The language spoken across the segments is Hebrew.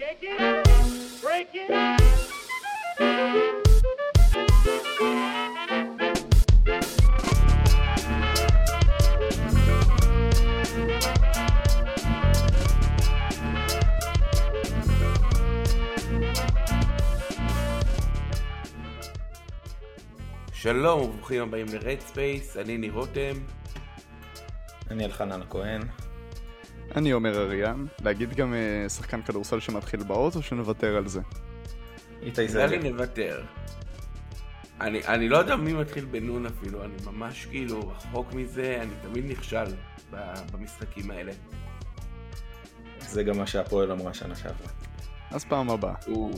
שלום וברוכים הבאים לרד ספייס, אני ניר רותם. אני אלחנן הכהן. אני אומר אריאן. להגיד גם שחקן כדורסל שמתחיל באות או שנוותר על זה? נראה לי נוותר. אני לא יודע מי מתחיל בנון אפילו, אני ממש כאילו רחוק מזה, אני תמיד נכשל במשחקים האלה. זה גם מה שהפועל אמרה שנה שעברה. אז פעם הבאה.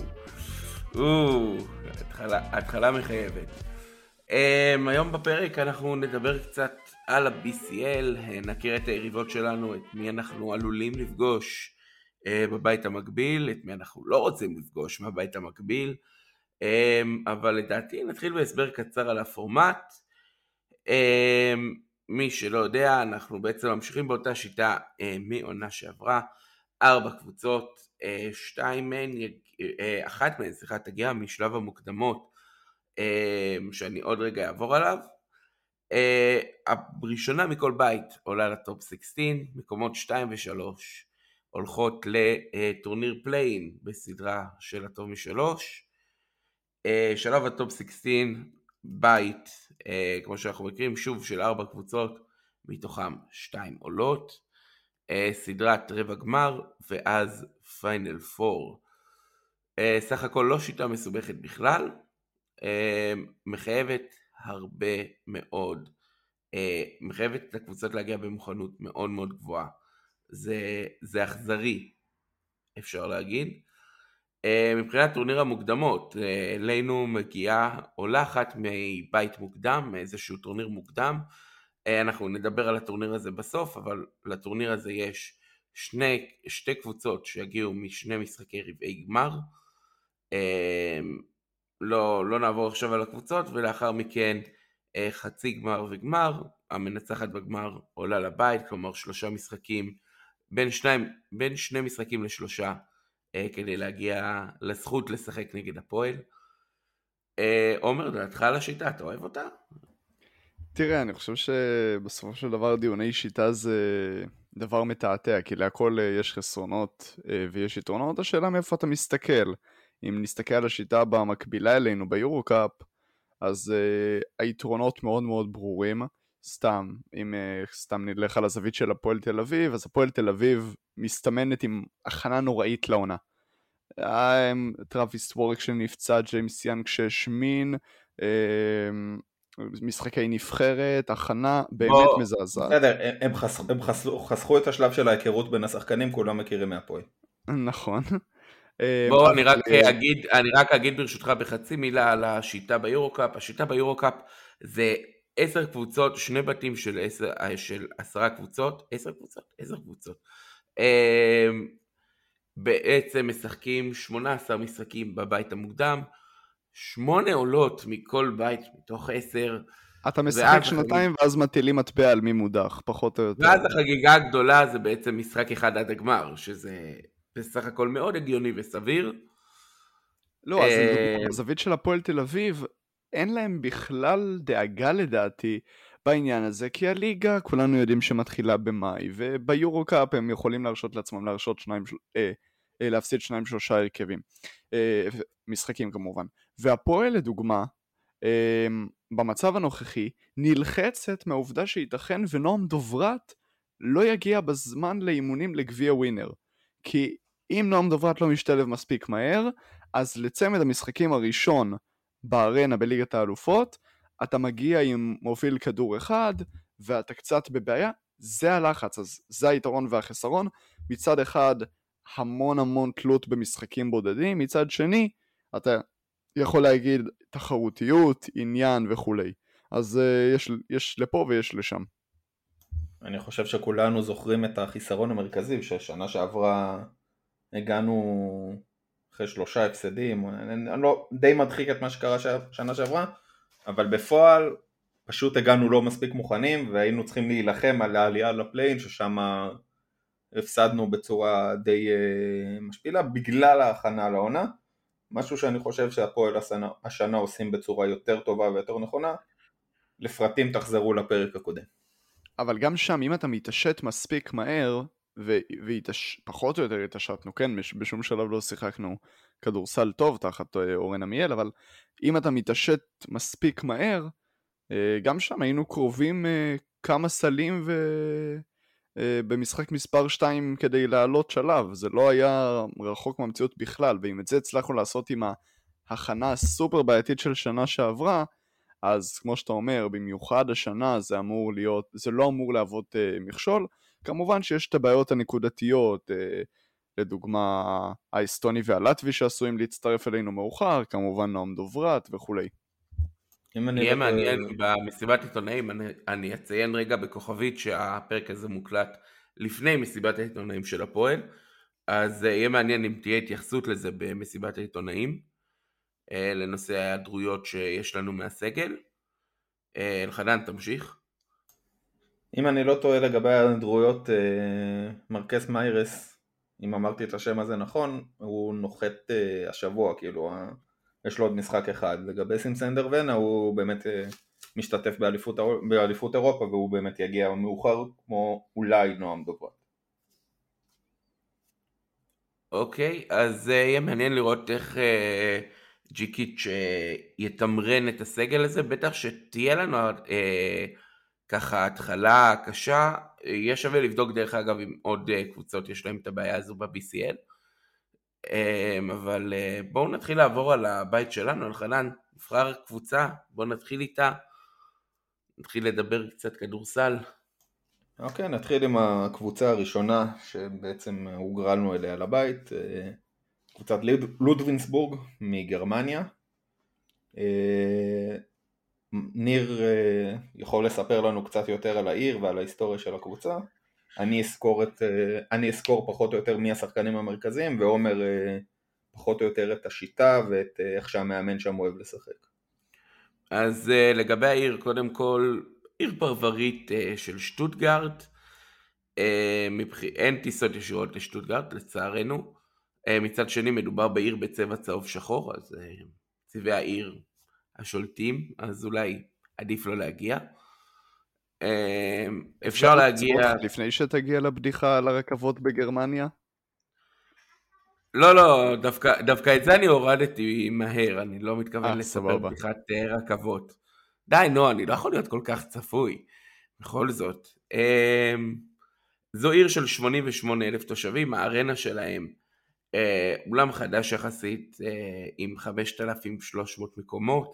התחלה מחייבת. היום בפרק אנחנו נדבר קצת על ה-BCL, נכיר את היריבות שלנו, את מי אנחנו עלולים לפגוש בבית המקביל, את מי אנחנו לא רוצים לפגוש בבית המקביל, אבל לדעתי נתחיל בהסבר קצר על הפורמט. מי שלא יודע, אנחנו בעצם ממשיכים באותה שיטה מעונה שעברה, 4 קבוצות, אחת מהן תגיע משלב המוקדמות, שאני עוד רגע אעבור עליו. הראשונה מכל בית עולה לטופ 16, מקומות 2 ו3 הולכות לטורניר פליין בסדרה של הטוב משלוש. שלב הטופ 16 בית, כמו שאנחנו מכירים, שוב של 4 קבוצות, מתוכם 2 עולות, סדרת רבע גמר ואז פיינל 4. סך הכל לא שיטה מסובכת בכלל, מחייבת הרבה מאוד, מחייבת את הקבוצות להגיע במוכנות מאוד מאוד גבוהה. זה אכזרי, אפשר להגיד. מבחינת טורניר המוקדמות, אלינו מגיעה עולה אחת מבית מוקדם, מאיזשהו טורניר מוקדם. אנחנו נדבר על הטורניר הזה בסוף, אבל לטורניר הזה יש שתי קבוצות שיגיעו משני משחקי רבעי גמר. לא נעבור עכשיו על הקבוצות, ולאחר מכן חצי גמר וגמר. המנצחת בגמר עולה לבית, כלומר 3 משחקים, בין 2 משחקים ל3, כדי להגיע לזכות לשחק נגד הפועל. עומר, דעתך על השיטה, אתה אוהב אותה? תראה, אני חושב שבסופו של דבר דיוני שיטה זה דבר מתעתע, כי להכל יש חסרונות ויש יתרונות. השאלה מאיפה אתה מסתכל. אם נסתכל על השיטה במקבילה אלינו ביורוקאפ, אז היתרונות מאוד מאוד ברורים. אם סתם נלך על הזווית של הפועל תל אביב, אז הפועל תל אביב מסתמנת עם הכנה נוראית לעונה. טרוויס ווריק שנפצע, ג'יימס יאנג ששמין, משחקי נבחרת, הכנה באמת מזעזעת. בסדר, הם חסכו את השלב של ההיכרות בין השחקנים, כולם מכירים מהפועל. נכון. בוא, אני רק אגיד ברשותך בחצי מילה על השיטה ביורוקאפ. השיטה ביורוקאפ זה 10 קבוצות, 2 בתים של 10 קבוצות, 10 קבוצות. בעצם משחקים 18 משחקים בבית המוקדם, 8 עולות מכל בית מתוך 10. אתה משחק שנתיים ואז מטילים מטבע על מי מודח, פחות או יותר. ואז החגיגה הגדולה זה בעצם משחק אחד עד הגמר, שזה בסך הכל מאוד הגיוני וסביר. לא, אז בזווית של הפועל תל אביב, אין להם בכלל דאגה לדעתי בעניין הזה, כי הליגה כולנו יודעים שמתחילה במאי, וביורוקאפ הם יכולים להרשות לעצמם להפסיד 2-3 הרכבים, משחקים כמובן. והפועל לדוגמה, במצב הנוכחי, נלחצת מהעובדה שייתכן ונועם דוברת לא יגיע בזמן לאימונים לגביע ווינר. כי אם נועם דוברת לא משתלב מספיק מהר, אז לצמד המשחקים הראשון בארנה בליגת האלופות, אתה מגיע עם מוביל כדור אחד, ואתה קצת בבעיה. זה הלחץ, אז זה היתרון והחסרון. מצד אחד, המון תלות במשחקים בודדים, מצד שני, אתה יכול להגיד תחרותיות, עניין וכו'. אז יש לפה ויש לשם. אני חושב שכולנו זוכרים את החיסרון המרכזי, ששנה שעברה הגענו אחרי 3 הפסדים, אני לא די מדחיק את מה שקרה שנה שעברה, אבל בפועל פשוט הגענו לא מספיק מוכנים, והיינו צריכים להילחם על העלייה לפליין, ששם הפסדנו בצורה די משפילה בגלל ההכנה לעונה, משהו שאני חושב שהפועל השנה עושים בצורה יותר טובה ויותר נכונה. לפרטים תחזרו לפרק הקודם. אבל גם שם, אם אתה מתעשת מספיק מהר, פחות או יותר התעשתנו, כן, בשום שלב לא שיחקנו כדורסל טוב תחת אורן עמיאל, אבל אם אתה מתעשת מספיק מהר, גם שם היינו קרובים כמה סלים במשחק מספר 2 כדי לעלות שלב, זה לא היה רחוק מהמציאות בכלל, ואם את זה הצלחנו לעשות עם ההכנה הסופר בעייתית של שנה שעברה, אז כמו שאתה אומר, במיוחד השנה זה לא אמור להוות מכשול. כמובן שיש את הבעיות הנקודתיות, לדוגמה האסטוני והלטבי שעשויים להצטרף אלינו מאוחר, כמובן נועם דוברת וכולי. יהיה מעניין במסיבת עיתונאים, אני אציין רגע בכוכבית שהפרק הזה מוקלט לפני מסיבת העיתונאים של הפועל, אז יהיה מעניין אם תהיה התייחסות לזה במסיבת העיתונאים, לנושא ההיעדרויות שיש לנו מהסגל. אלחנן, תמשיך. אם אני לא טועה לגבי ההיעדרויות, מרקס מיירס, אם אמרתי את השם הזה נכון, הוא נוחת השבוע, כאילו יש לו עוד משחק אחד. לגבי סימסנדר ונה, הוא באמת משתתף באליפות אירופה, והוא באמת יגיע מאוחר כמו אולי נועם דוברת. אוקיי, אז יהיה מעניין לראות איך ג'יקיץ' יתמרן את הסגל הזה, בטח שתהיה לנו ככה התחלה קשה, יהיה שווה לבדוק דרך אגב עם עוד קבוצות יש להם את הבעיה הזו ב-BCL, אבל בואו נתחיל לעבור על הבית שלנו, אלחנן, נבחר קבוצה, בואו נתחיל איתה, נתחיל לדבר קצת כדורסל. אוקיי, נתחיל עם הקבוצה הראשונה שבעצם הוגרלנו אליה לבית, קבוצת לודווינסבורג מגרמניה. ניר יכול לספר לנו קצת יותר על העיר ועל ההיסטוריה של הקבוצה. אני אזכור פחות או יותר מי השחקנים המרכזיים, ועומר פחות או יותר את השיטה ואת איך שהמאמן שם אוהב לשחק. אז לגבי העיר, קודם כל, עיר פרברית של שטוטגרט, אין טיסות ישירות לשטוטגרט לצערנו, מצד שני מדובר בעיר בצבע צהוב שחור, אז צבעי העיר השולטים, אז אולי עדיף לא להגיע. אפשר להגיע... לפני שתגיע לבדיחה על הרכבות בגרמניה? לא, דווקא את זה אני הורדתי מהר, אני לא מתכוון לספר בדיחת רכבות. די, אני לא יכול להיות כל כך צפוי. בכל זאת, זו עיר של 88,000 תושבים, הארנה שלהם, אולם חדש יחסית עם 5,300 מקומות,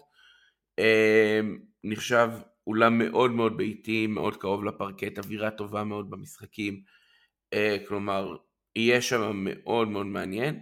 נחשב אולם מאוד מאוד ביתי, מאוד קרוב לפרקט, אווירה טובה מאוד במשחקים, כלומר, יהיה שם מאוד מאוד מעניין.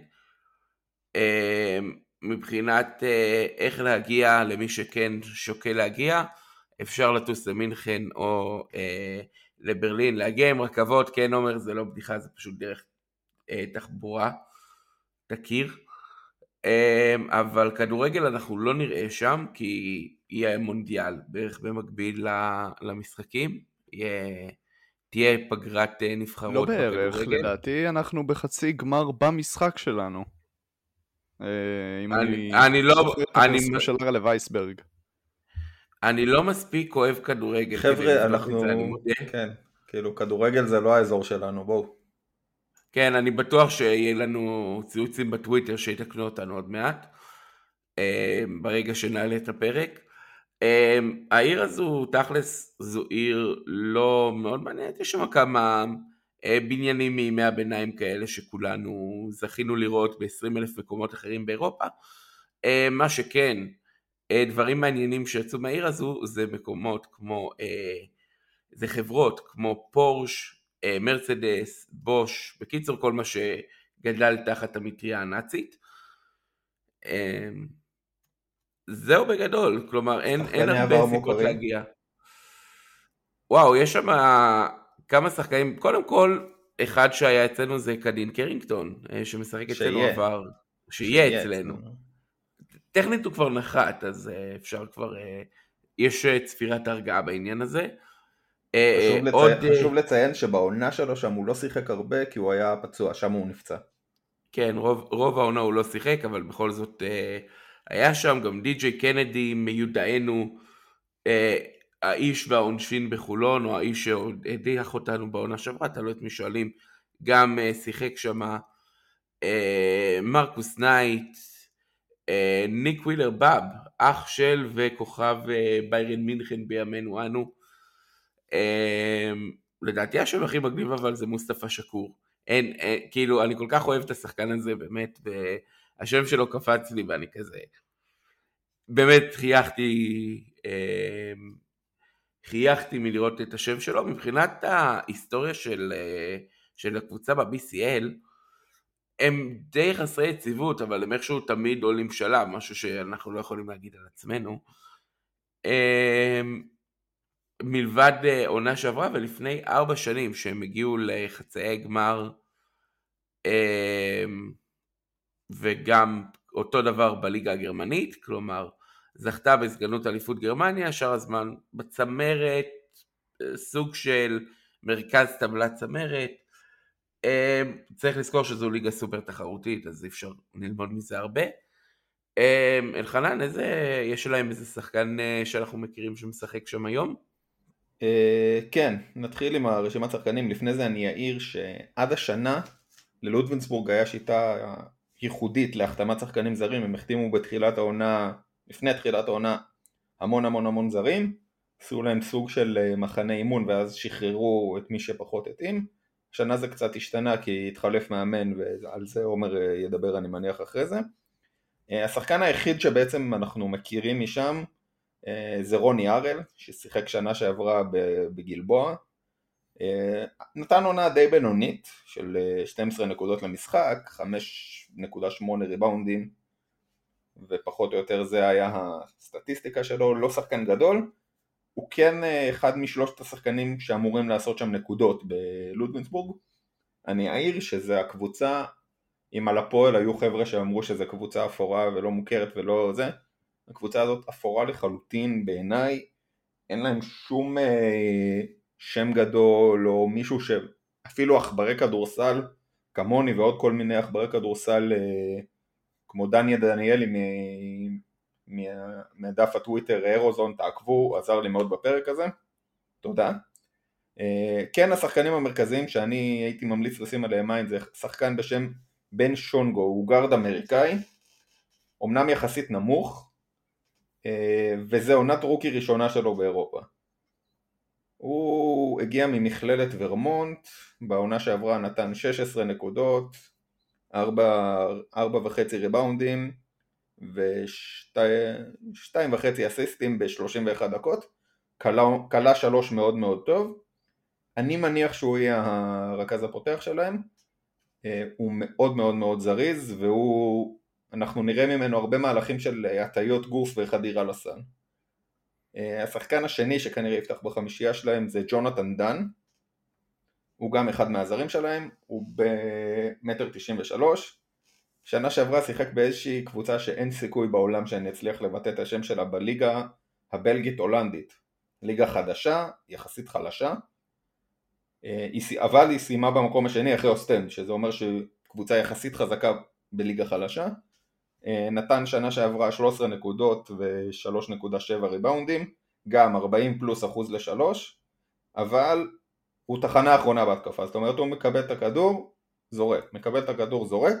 מבחינת איך להגיע למי שכן שוקל להגיע, אפשר לטוס למינכן או לברלין, להגיע עם רכבות, כן אומר, זה לא בדיחה, זה פשוט דרך תחבורה, תכיר. אבל כדורגל אנחנו לא נראה שם, כי יהיה מונדיאל בערך במקביל למשחקים, תהיה פגרת נבחרות. לא בערך, לדעתי אנחנו בחצי גמר במשחק שלנו. אני לא... של הרלה וייסברג. אני לא מספיק אוהב כדורגל. חבר'ה, אנחנו... כן, כאילו כדורגל זה לא האזור שלנו, בואו. כן, אני בטוח שיהיה לנו ציוצים בטוויטר שיתקנו אותנו עוד מעט, ברגע שנעלה את הפרק. העיר הזו, תכלס, זו עיר לא מאוד מעניינת, יש שם כמה בניינים מימי הביניים כאלה שכולנו זכינו לראות ב-20,000 מקומות אחרים באירופה. מה שכן, דברים מעניינים שיצאו מהעיר הזו, זה מקומות כמו, זה חברות כמו פורש, מרצדס, בוש, בקיצור כל מה שגדל תחת המטריה הנאצית. זהו בגדול, כלומר אין הרבה סיבות להגיע. וואו, יש שם כמה שחקנים, קודם כל, אחד שהיה אצלנו זה קדין קרינגטון, שמשחק אצלנו עבר, שיהיה אצלנו. טכנית הוא כבר נחת, אז אפשר כבר, יש צפירת הרגעה בעניין הזה. חשוב לציין שבעונה שלו שם הוא לא שיחק הרבה כי הוא היה פצוע, שם הוא נפצע. כן, רוב העונה הוא לא שיחק, אבל בכל זאת היה שם גם די.ג'יי קנדי מיודענו, האיש והעונשין בחולון, או האיש שהדיח אותנו בעונה שעברה, תלוי את מי שואלים, גם שיחק שם, מרקוס נייט, ניק ווילר באב, אח של וכוכב ביירן מינכן בימינו אנו. לדעתי השם הכי מגניב אבל זה מוסטפא שקור. כאילו אני כל כך אוהב את השחקן הזה באמת, והשם שלו קפץ לי ואני כזה באמת חייכתי מלראות את השם שלו. מבחינת ההיסטוריה של הקבוצה ב-BCL, הם די חסרי יציבות, אבל הם איכשהו תמיד עולים שלב, משהו שאנחנו לא יכולים להגיד על עצמנו. מלבד עונה שעברה ולפני 4 שנים שהם הגיעו לחצאי גמר, וגם אותו דבר בליגה הגרמנית, כלומר זכתה בסגנות אליפות גרמניה, שאר הזמן בצמרת, סוג של מרכז טבלת צמרת. צריך לזכור שזו ליגה סופר תחרותית, אז אי אפשר ללמוד מזה הרבה. אלחנן, יש להם איזה שחקן שאנחנו מכירים שמשחק שם היום? כן, נתחיל עם הרשימת שחקנים. לפני זה אני אעיר שעד השנה ללודווינסבורג היה שיטה ייחודית להחתמת שחקנים זרים. הם החתימו בתחילת העונה, לפני תחילת העונה, המון זרים, עשו להם סוג של מחנה אימון ואז שחררו את מי שפחות התאים. השנה זה קצת השתנה כי התחלף מאמן, ועל זה עומר ידבר אני מניח אחרי זה. השחקן היחיד שבעצם אנחנו מכירים משם זה רוני ארל, ששיחק שנה שעברה בגלבוע. נתן עונה די בינונית של 12 נקודות למשחק, 5.8 ריבאונדים, ופחות או יותר זה היה הסטטיסטיקה שלו. לא שחקן גדול, הוא כן אחד משלושת השחקנים שאמורים לעשות שם נקודות בלודווינסבורג. אני אעיר שזה הקבוצה, אם על הפועל היו חבר'ה שאמרו שזה קבוצה אפורה ולא מוכרת ולא זה, הקבוצה הזאת אפורה לחלוטין בעיניי. אין להם שום שם גדול או מישהו שאפילו אחברי כדורסל כמוני ועוד כל מיני אחברי כדורסל כמו דניאלי מדף הטוויטר אירוזון, תעקבו, עזר לי מאוד בפרק הזה, תודה. כן, השחקנים המרכזיים שאני הייתי ממליץ לשים עליהם עין זה שחקן בשם בן שונגו, הוא גארד אמריקאי, אמנם יחסית נמוך, וזה עונת רוקי ראשונה שלו באירופה. הוא הגיע ממכללת ורמונט, בעונה שעברה נתן 16 נקודות, 4.5 ריבאונדים ו2.5 אסיסטים ב-31 דקות, קלה 3 מאוד מאוד טוב. אני מניח שהוא יהיה הרכז הפותח שלהם, הוא מאוד מאוד מאוד זריז, אנחנו נראה ממנו הרבה מהלכים של הטיות גוף וחדירה לסל. השחקן השני שכנראה יפתח בחמישייה שלהם זה ג'ונתן דן, הוא גם אחד מהזרים שלהם, הוא ב-1.93 מטר, שנה שעברה שיחק באיזושהי קבוצה שאין סיכוי בעולם שאני אצליח לבטא את השם שלה, בליגה הבלגית הולנדית, ליגה חדשה, יחסית חלשה, אבל היא סיימה במקום השני אחרי אוסטנד, שזה אומר שקבוצה יחסית חזקה בליגה חלשה. נתן שנה שעברה 13 נקודות ו3.7 ריבאונדים, גם 40+% ל3, אבל הוא תחנה האחרונה בהתקפה, זאת אומרת הוא מקבל את הכדור, זורק, מקבל את הכדור, זורק,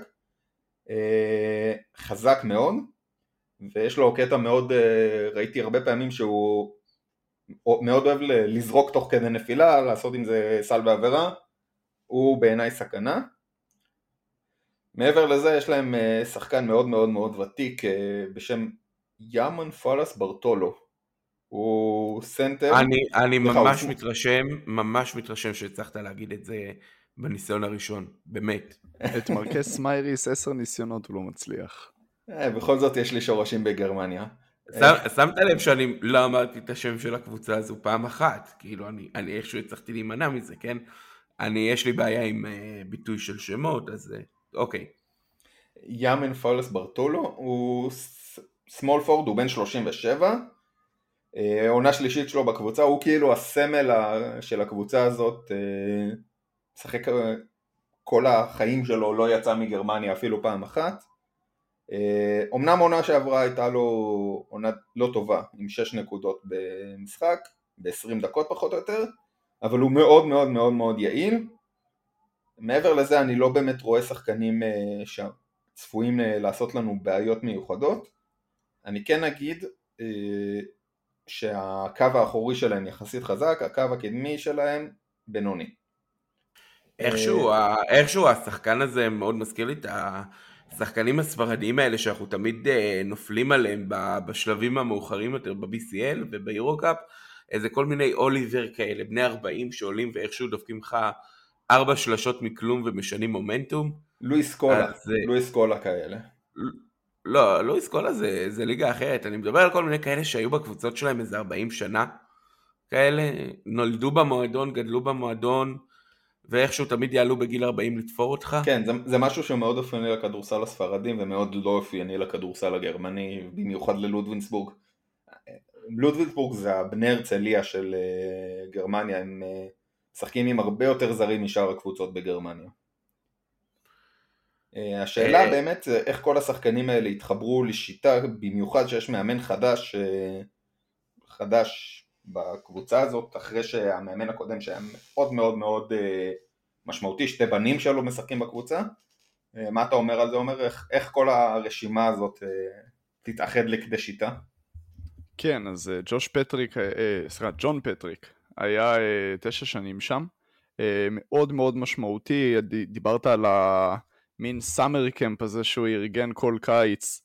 חזק מאוד, ויש לו קטע מאוד, ראיתי הרבה פעמים שהוא מאוד אוהב לזרוק תוך כדי נפילה, לעשות עם זה סל בעבירה, הוא בעיניי סכנה. מעבר לזה יש להם שחקן מאוד מאוד מאוד ותיק בשם יאמן פלס ברטולו, הוא סנטר. אני ממש מתרשם שהצלחת להגיד את זה בניסיון הראשון, באמת. את מרקס מייריס 10 ניסיונות הוא לא מצליח. בכל זאת יש לי שורשים בגרמניה. שמת לב שאני לא אמרתי את השם של הקבוצה הזו פעם אחת, כאילו אני איכשהו הצלחתי להימנע מזה, כן? יש לי בעיה עם ביטוי של שמות, אז אוקיי. יאמן פלס ברטולו הוא small forward, הוא בן 37, עונה שלישית שלו בקבוצה, הוא כאילו הסמל של הקבוצה הזאת, משחק כל החיים שלו, לא יצא מגרמניה אפילו פעם אחת. אמנם עונה שעברה הייתה לו עונה לא טובה, עם 6 נקודות במשחק, ב-20 דקות פחות או יותר, אבל הוא מאוד מאוד מאוד מאוד יעיל. מעבר לזה אני לא באמת רואה שחקנים שצפויים לעשות לנו בעיות מיוחדות. אני כן אגיד שהקו האחורי שלהם יחסית חזק, הקו הקדמי שלהם בינוני. איכשהו השחקן הזה מאוד מזכיר לי את השחקנים הספרדיים האלה שאנחנו תמיד נופלים עליהם בשלבים המאוחרים יותר ב-BCL וביורוקאפ, איזה כל מיני אוליבר כאלה, בני 40 שעולים ואיכשהו דופקים לך 4 שלשות מכלום ומשנים מומנטום. לואיס קולה כאלה. לא, לואיס קולה זה ליגה אחרת, אני מדבר על כל מיני כאלה שהיו בקבוצות שלהם איזה 40 שנה, כאלה, נולדו במועדון, גדלו במועדון, ואיכשהו תמיד יעלו בגיל 40 לתפור אותך. כן, זה משהו שמאוד אופייני לכדורסל הספרדים, ומאוד לא אופייני לכדורסל הגרמני, במיוחד ללודווינסבורג. לודווינסבורג זה הבני הרצליה של גרמניה, הם משחקים עם הרבה יותר זרים משאר הקבוצות בגרמניה. השאלה באמת זה איך כל השחקנים האלה התחברו לשיטה, במיוחד שיש מאמן חדש בקבוצה הזאת, אחרי שהמאמן הקודם שהיה מאוד מאוד מאוד משמעותי, 2 בנים שלו משחקים בקבוצה. מה אתה אומר על זה? אומר איך כל הרשימה הזאת תתאחד לכדי שיטה? כן, אז ג'ון פטריק היה 9 שנים שם, מאוד מאוד משמעותי. דיברת על המין סאמר קמפ הזה שהוא ארגן כל קיץ,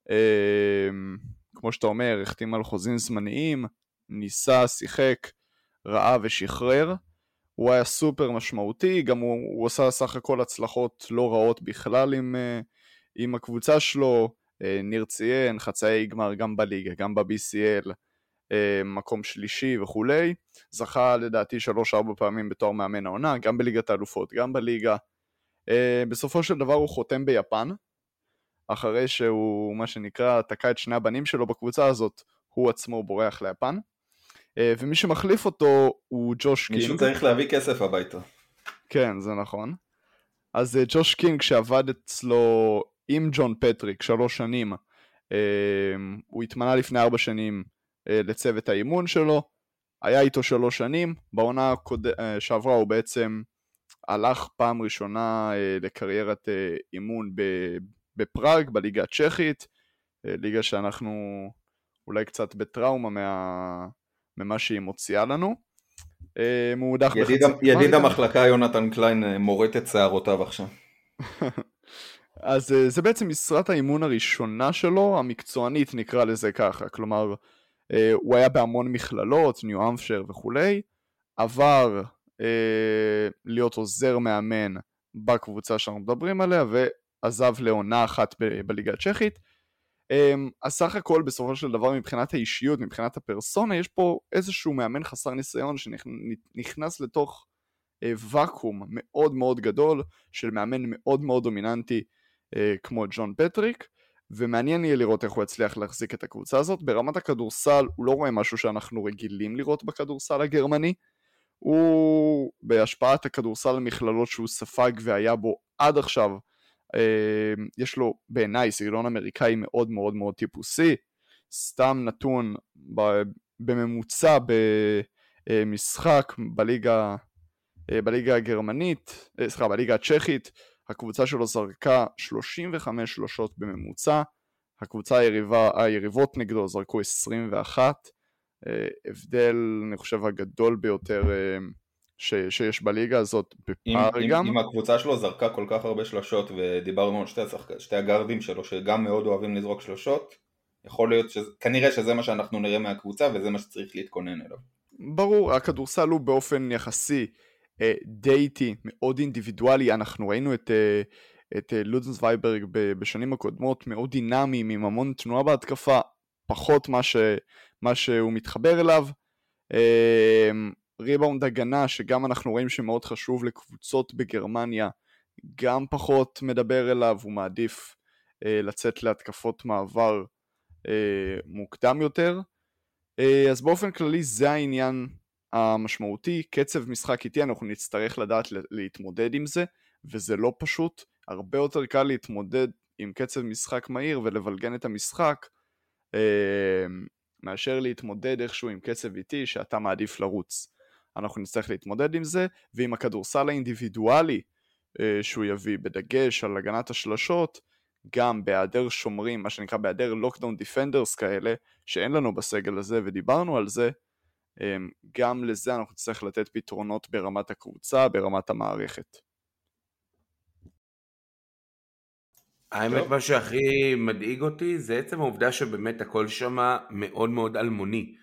כמו שאתה אומר, החתים על חוזים זמניים, ניסה, שיחק, ראה ושחרר. הוא היה סופר משמעותי, גם הוא עשה סך הכל הצלחות לא רעות בכלל עם הקבוצה שלו. ניר ציין, חצאי גמר גם בליגה, גם ב-BCL, מקום שלישי וכולי. זכה לדעתי 3-4 פעמים בתור מאמן העונה, גם בליגת האלופות, גם בליגה. בסופו של דבר הוא חותם ביפן, אחרי שהוא מה שנקרא תקע את 2 הבנים שלו בקבוצה הזאת, הוא עצמו בורח ליפן. ומי שמחליף אותו הוא ג'וש קינג. מישהו צריך להביא כסף הביתה. כן, זה נכון. אז ג'וש קינג שעבד אצלו עם ג'ון פטריק 3 שנים, הוא התמנה לפני 4 שנים לצוות האימון שלו, היה איתו 3 שנים, בעונה שעברה הוא בעצם הלך פעם ראשונה לקריירת אימון בפראג, בליגה הצ'כית, ליגה שאנחנו אולי קצת בטראומה ממה שהיא מוציאה לנו. ידיד המחלקה יונתן קליין מורט את שערותיו עכשיו. אז זה בעצם משרת האימון הראשונה שלו, המקצוענית נקרא לזה ככה, כלומר הוא היה בהמון מכללות, ניו המפשר וכולי, עבר להיות עוזר מאמן בקבוצה שאנחנו מדברים עליה, ועזב לעונה אחת בליגה הצ'כית. אז סך הכל בסופו של דבר מבחינת האישיות, מבחינת הפרסונה, יש פה איזשהו מאמן חסר ניסיון שנכנס לתוך וקום מאוד מאוד גדול של מאמן מאוד מאוד דומיננטי כמו ג'ון פטריק, ומעניין יהיה לראות איך הוא יצליח להחזיק את הקבוצה הזאת. ברמת הכדורסל הוא לא רואה משהו שאנחנו רגילים לראות בכדורסל הגרמני, הוא בהשפעת הכדורסל המכללות שהוא ספג והיה בו עד עכשיו, יש לו בעיניי סגנון אמריקאי מאוד מאוד מאוד טיפוסי. סתם נתון, בממוצע במשחק בליגה הגרמנית, בליגה הצ'כית, הקבוצה שלו זרקה 35 שלשות בממוצע, הקבוצה היריבות נגדו זרקו 21, הבדל אני חושב הגדול ביותר שיש בליגה הזאת בפער גם. אם הקבוצה שלו זרקה כל כך הרבה שלשות, ודיברנו על שתי הגארדים שלו שגם מאוד אוהבים לזרוק שלשות, יכול להיות כנראה שזה מה שאנחנו נראה מהקבוצה וזה מה שצריך להתכונן אליו. ברור, הכדורסל הוא באופן יחסי דייטי, מאוד אינדיבידואלי. אנחנו ראינו את לודנס וייברג בשנים הקודמות מאוד דינמי, עם המון תנועה בהתקפה, פחות מה שהוא מתחבר אליו. ריבאונד הגנה שגם אנחנו רואים שמאוד חשוב לקבוצות בגרמניה, גם פחות מדבר אליו, הוא מעדיף לצאת להתקפות מעבר מוקדם יותר. אז באופן כללי זה העניין המשמעותי, קצב משחק איטי, אנחנו נצטרך לדעת להתמודד עם זה, וזה לא פשוט, הרבה יותר קל להתמודד עם קצב משחק מהיר ולבלגן את המשחק, מאשר להתמודד איכשהו עם קצב איטי שאתה מעדיף לרוץ. אנחנו נצטרך להתמודד עם זה, ועם הכדורסל האינדיבידואלי שהוא יביא, בדגש על הגנת השלשות, גם בהיעדר שומרים, מה שנקרא בהיעדר לוקדאון דיפנדרס כאלה, שאין לנו בסגל הזה ודיברנו על זה, גם לזה אנחנו צריך לתת פתרונות ברמת הקבוצה, ברמת המערכת. האמת מה שהכי מדאיג אותי זה עצם העובדה שבאמת הכל שם מאוד מאוד אלמוני.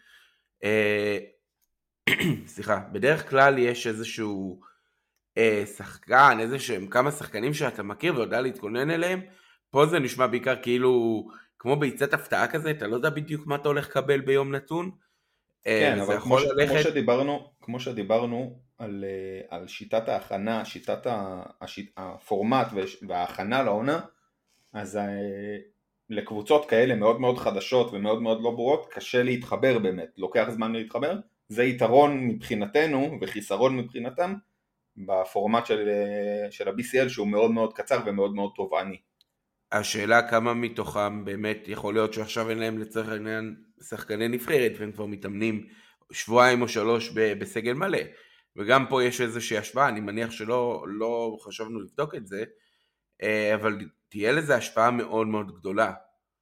סליחה, בדרך כלל יש איזשהו שחקן, איזשהם כמה שחקנים שאתה מכיר ויודע להתכונן אליהם, פה זה נשמע בעיקר כאילו כמו ביצת הפתעה כזה, אתה לא יודע בדיוק מה אתה הולך לקבל ביום נתון. כן, אבל כמו שדיברנו על שיטת ההכנה, שיטת הפורמט וההכנה לעונה, אז לקבוצות כאלה מאוד מאוד חדשות ומאוד מאוד לא ברורות, קשה להתחבר באמת, לוקח זמן להתחבר, זה יתרון מבחינתנו וחיסרון מבחינתם, בפורמט של ה-BCL שהוא מאוד מאוד קצר ומאוד מאוד תובעני. השאלה כמה מתוכם באמת יכול להיות שעכשיו אין להם לצורך העניין שחקני נבחרת והם כבר מתאמנים שבועיים או 3 בסגל מלא, וגם פה יש איזושהי השפעה, אני מניח שלא חשבנו לבדוק את זה, אבל תהיה לזה השפעה מאוד מאוד גדולה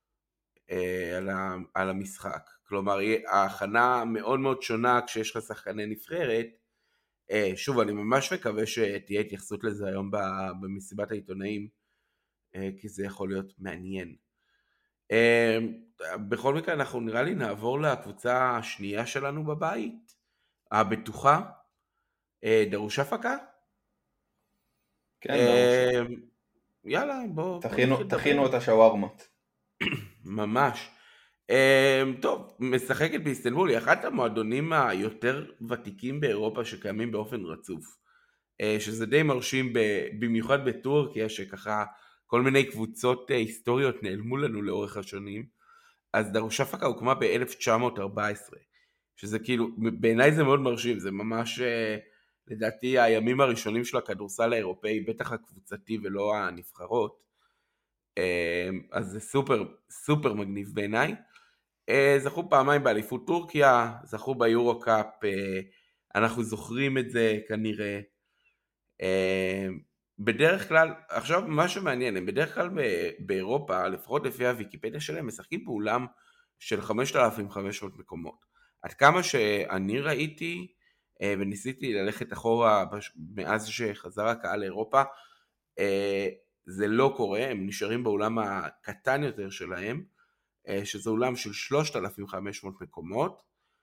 על המשחק. כלומר ההכנה מאוד מאוד שונה כשיש לך שחקני נבחרת. שוב, אני ממש מקווה שתהיה התייחסות לזה היום במסיבת העיתונאים, כי זה יכול להיות מעניין. בכל מקרה אנחנו נראה לי נעבור לקבוצה השנייה שלנו בבית, הבטוחה, דרושפקה. כן, דרושפקה. יאללה, בואו תכינו את השווארמות. ממש. טוב, משחקת באיסטנבול, היא אחת המועדונים היותר ותיקים באירופה שקיימים באופן רצוף, שזה די מרשים במיוחד בטורקיה, שככה כל מיני קבוצות היסטוריות נעלמו לנו לאורך השנים. אז דרושפקה הוקמה ב-1914, שזה כאילו, בעיניי זה מאוד מרשים, זה ממש לדעתי הימים הראשונים של הכדורסל האירופאי, בטח הקבוצתי ולא הנבחרות, אז זה סופר סופר מגניב בעיניי. זכו פעמיים באליפות טורקיה, זכו ביורו קאפ, אנחנו זוכרים את זה כנראה. בדרך כלל, עכשיו מה שמעניין, הם בדרך כלל באירופה, לפחות לפי הוויקיפדיה שלהם, משחקים באולם של 5,500 מקומות. עד כמה שאני ראיתי, וניסיתי ללכת אחורה מאז שחזר הקהל לאירופה, זה לא קורה, הם נשארים באולם הקטן יותר שלהם, שזה אולם של 3,500 מקומות,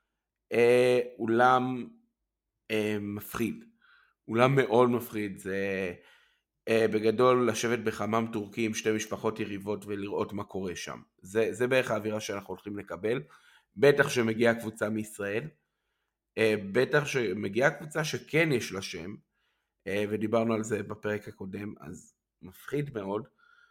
אולם מפחיד, אולם מאוד מפחיד, זה בגדול לשבת בחמם טורקי עם 2 משפחות יריבות ולראות מה קורה שם, זה בערך האווירה שאנחנו הולכים לקבל, בטח שמגיעה קבוצה מישראל, בטח שמגיעה קבוצה שכן יש לה שם, ודיברנו על זה בפרק הקודם, אז מפחיד מאוד,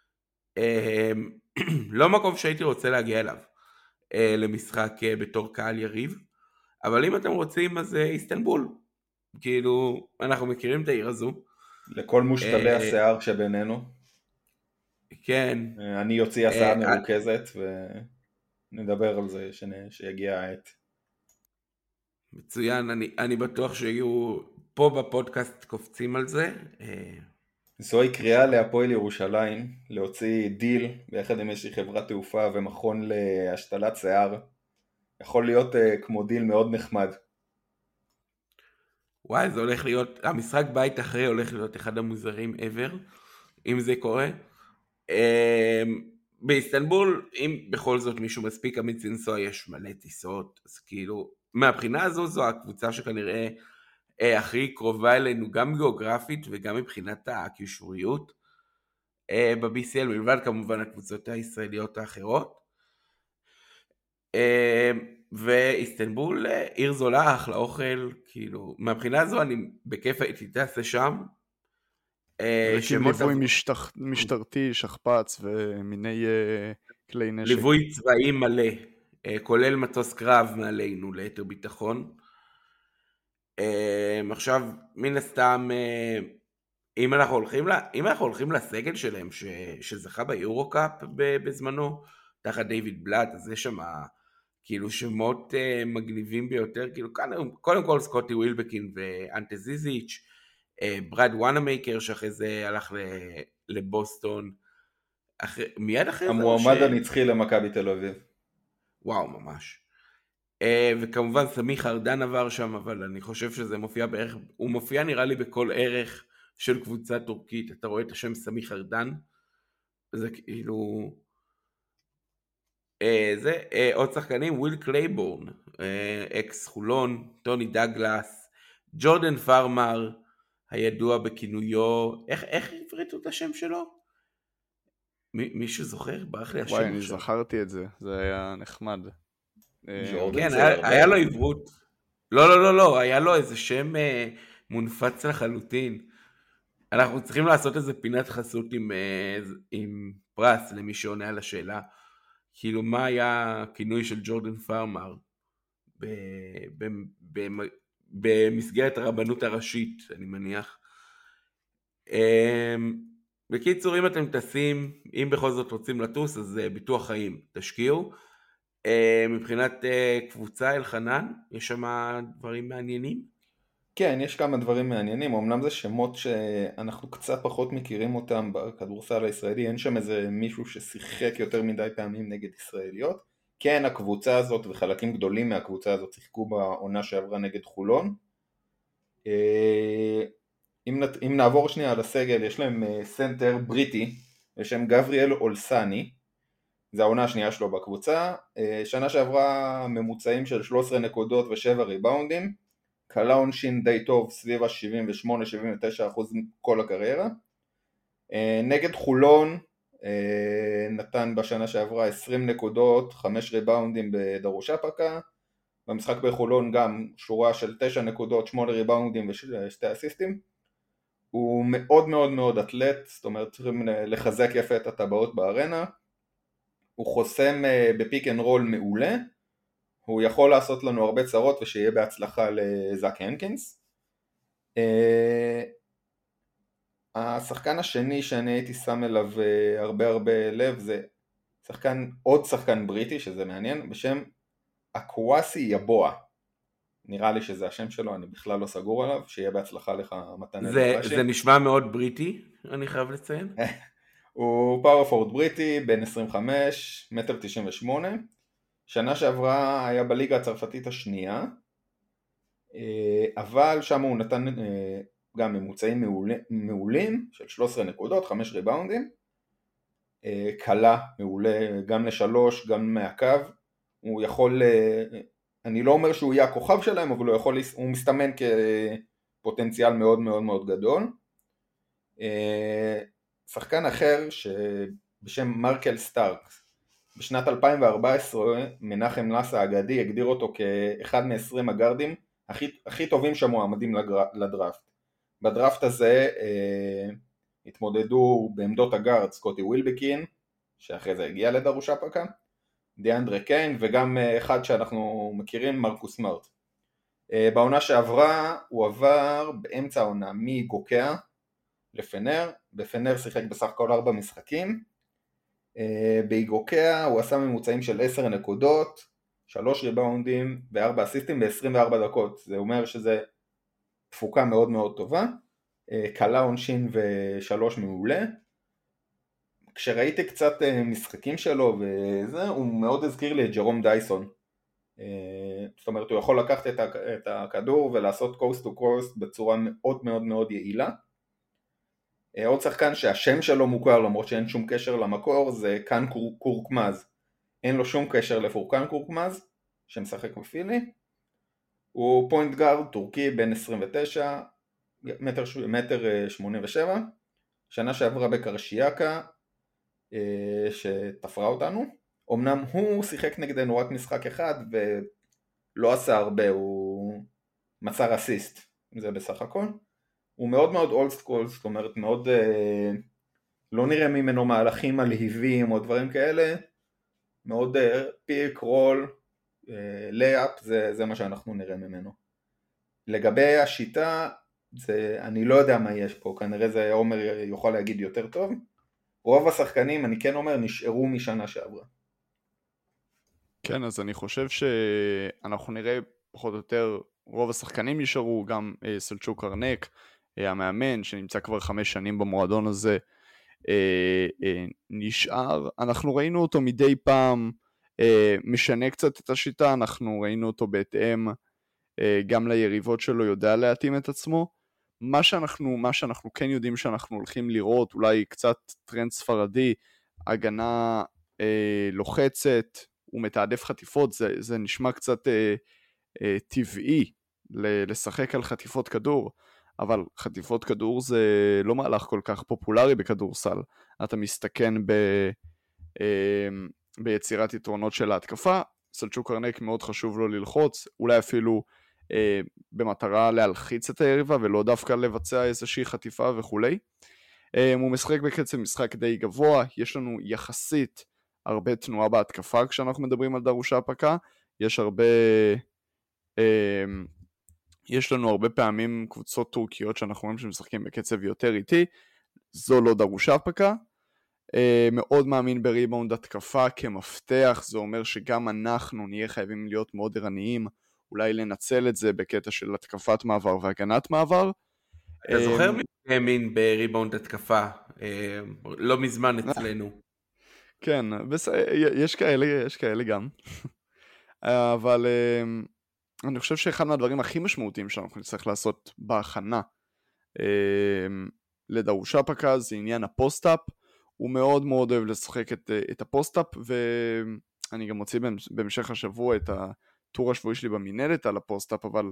לא מקום שהייתי רוצה להגיע אליו למשחק בתור קהל יריב, אבל אם אתם רוצים אז איסטנבול, כאילו אנחנו מכירים את העיר הזו. לכל מושתלי השיער שבינינו. כן. אני יוציא הסעה מרוכזת ונדבר על זה שיגיע העת. מצוין, אני בטוח שיהיו פה בפודקאסט קופצים על זה. זוהי קריאה להפועל ירושלים להוציא דיל ביחד עם איזושהי חברת תעופה ומכון להשתלת שיער. יכול להיות כמו דיל מאוד נחמד. וואי, זה הולך להיות, המשחק בית אחרי הולך להיות אחד המוזרים ever, אם זה קורה. באיסטנבול, אם בכל זאת מישהו מספיק אמיץ לנסוע, יש מלא טיסות, אז כאילו, מהבחינה הזו זו הקבוצה שכנראה הכי קרובה אלינו, גם גיאוגרפית וגם מבחינת הקישוריות, ב-BCL, מלבד כמובן הקבוצות הישראליות האחרות. ואיסטנבול עיר זולה, אחלה אוכל, כאילו, מהבחינה הזו אני בכיף הייתי תעשה שם. ליווי משטרתי, שכפ"ץ ומיני כלי נשק. ליווי צבאי מלא, כולל מטוס קרב מעלינו ליתר ביטחון. עכשיו, מן הסתם, אם אנחנו הולכים לסגל שלהם שזכה ביורוקאפ בזמנו, תחת דיוויד בלאט, אז יש שם כאילו שמות מגניבים ביותר, כאילו קודם כל סקוטי ווילבקין ואנטה זיזיץ', ברד וואנמייקר שאחרי זה הלך לבוסטון, מיד אחרי זה המועמד הנצחי למכבי תל אביב. וואו, ממש. וכמובן סמיך ארדן עבר שם, אבל אני חושב שזה מופיע בערך, הוא מופיע נראה לי בכל ערך של קבוצה טורקית. אתה רואה את השם סמיך ארדן, זה כאילו עוד שחקנים, וויל קלייבורן, אקס חולון, טוני דגלס, ג'ורדן פארמר, הידוע בכינויו, איך הפריטו את השם שלו? מישהו זוכר? ברח לי השם. וואי, אני זכרתי את זה, זה היה נחמד. כן, היה לו עברות. לא, היה לו איזה שם מונפץ לחלוטין. אנחנו צריכים לעשות איזה פינת חסות עם פרס למי שעונה על השאלה. כאילו, מה היה הכינוי של ג'ורדן פארמר במסגרת הרבנות הראשית, אני מניח. בקיצור, אם אתם טסים, אם בכל זאת רוצים לטוס, אז ביטוח חיים, תשקיעו. מבחינת קבוצה אלחנן, יש שם דברים מעניינים? כן, יש כמה דברים מעניינים, אמנם זה שמות שאנחנו קצת פחות מכירים אותם בכדורסל הישראלי, אין שם איזה מישהו ששיחק יותר מדי פעמים נגד ישראליות. כן, הקבוצה הזאת וחלקים גדולים מהקבוצה הזאת שיחקו בעונה שעברה נגד חולון. אם נעבור שנייה על הסגל, יש להם סנטר בריטי בשם גבריאל אולסני, זה העונה השנייה שלו בקבוצה, שנה שעברה ממוצעים של 13 נקודות ו7 ריבאונדים, קלה עונשין די טוב סביב ה-78-79% כל הקריירה. נגד חולון נתן בשנה שעברה 20 נקודות, 5 ריבאונדים בדרושה פקה, במשחק בחולון גם שורה של 9 נקודות, 8 ריבאונדים ו2 אסיסטים. הוא מאוד מאוד מאוד אתלט, זאת אומרת צריכים לחזק יפה את הטבעות בארנה. הוא חוסם בפיק אנד רול מעולה, הוא יכול לעשות לנו הרבה צרות ושיהיה בהצלחה לזאק הנקינס. השחקן השני שאני הייתי שם אליו הרבה לב זה עוד שחקן בריטי שזה מעניין, בשם אקוואסי יבואה. נראה לי שזה השם שלו, אני בכלל לא סגור עליו, שיהיה בהצלחה לך מתן אלבשי. זה נשמע מאוד בריטי, אני חייב לציין. הוא פאורפורד בריטי, בן 25, 1.98 מטר, שנה שעברה היה בליגה הצרפתית השנייה, אבל שם הוא נתן גם ממוצעים מעולים של 13 נקודות, 5 ריבאונדים, קלה מעולה גם לשלוש, גם מהקו, הוא יכול, אני לא אומר שהוא יהיה הכוכב שלהם, אבל הוא מסתמן כפוטנציאל מאוד מאוד מאוד גדול. שחקן אחר שבשם מרקל סטארקס, בשנת 2014 מנחם נאסה האגדי הגדיר אותו כאחד מ-20 הגארדים הכי טובים שמועמדים לדראפט. בדראפט הזה התמודדו בעמדות הגארד סקוטי ווילבקין, שאחרי זה הגיע לדרושה פקה, דיאנדרה קיין וגם אחד שאנחנו מכירים, מרקוס סמארט. בעונה שעברה הוא עבר באמצע העונה מגוקע לפנר, בפנר שיחק בסך הכל 4 משחקים, באיגוקיה הוא עשה ממוצעים של 10 נקודות, 3 ריבאונדים ו4 אסיסטים ב-24 דקות, זה אומר שזה תפוקה מאוד מאוד טובה, קלה עונשין ו3 מעולה. כשראיתי קצת משחקים שלו וזה, הוא מאוד הזכיר לי את ג'רום דייסון, זאת אומרת הוא יכול לקחת את הכדור ולעשות קוסט טו קוסט בצורה מאוד מאוד מאוד יעילה. עוד שחקן שהשם שלו מוכר למרות שאין שום קשר למקור זה קאן קורקמז, אין לו שום קשר לפורקן קורקמז שמשחק בפילי, הוא פוינט גארד טורקי בן 29, 1.87 מטר, שנה שעברה בקרשיאקה שתפרה אותנו, אמנם הוא שיחק נגדנו רק משחק אחד ולא עשה הרבה, הוא מסר אסיסט, זה בסך הכל. הוא מאוד מאוד אולד סקול, זאת אומרת מאוד לא נראה ממנו מהלכים מלהיבים או דברים כאלה, מאוד פיק, רול, לייאפ, זה מה שאנחנו נראה ממנו. לגבי השיטה, אני לא יודע מה יש פה, כנראה זה עומר יוכל להגיד יותר טוב. רוב השחקנים, אני כן אומר, נשארו משנה שעברה. כן, אז אני חושב שאנחנו נראה פחות או יותר, רוב השחקנים נשארו, גם סלצ'וק ארנק, המאמן שנמצא כבר 5 שנים במועדון הזה, נשאר. אנחנו ראינו אותו מדי פעם משנה קצת את השיטה, אנחנו ראינו אותו בהתאם גם ליריבות שלו, יודע להתאים את עצמו. מה שאנחנו כן יודעים שאנחנו הולכים לראות, אולי קצת טרנד ספרדי, הגנה לוחצת, הוא מתעדף חטיפות, זה נשמע קצת טבעי לשחק על חטיפות כדור, אבל חטיפות כדור זה לא מהלך כל כך פופולרי בכדורסל. אתה מסתכן ביצירת יתרונות של ההתקפה, סלצ'וק ארנק מאוד חשוב לו ללחוץ, אולי אפילו במטרה להלחיץ את היריבה ולא דווקא לבצע איזושהי חטיפה וכולי. הוא משחק בקצב משחק די גבוה, יש לנו יחסית הרבה תנועה בהתקפה כשאנחנו מדברים על דרושפקה, יש לנו הרבה פעמים קבוצות טורקיות שאנחנו רואים שמשחקים בקצב יותר איטי, זו לא דרושפקה. מאוד מאמין בריבאונד התקפה כמפתח, זה אומר שגם אנחנו נהיה חייבים להיות מאוד ערניים, אולי לנצל את זה בקטע של התקפת מעבר והגנת מעבר. אתה זוכר מי האמין בריבאונד התקפה? לא מזמן אצלנו. כן, יש כאלה גם. אבל אני חושב שאחד מהדברים הכי משמעותיים שאנחנו נצטרך לעשות בהכנה לדרושפקה זה עניין הפוסט-אפ. הוא מאוד מאוד אוהב לשחק את הפוסט-אפ, ואני גם מוציא במשך השבוע את הטור השבועי שלי במנהלת על הפוסט-אפ, אבל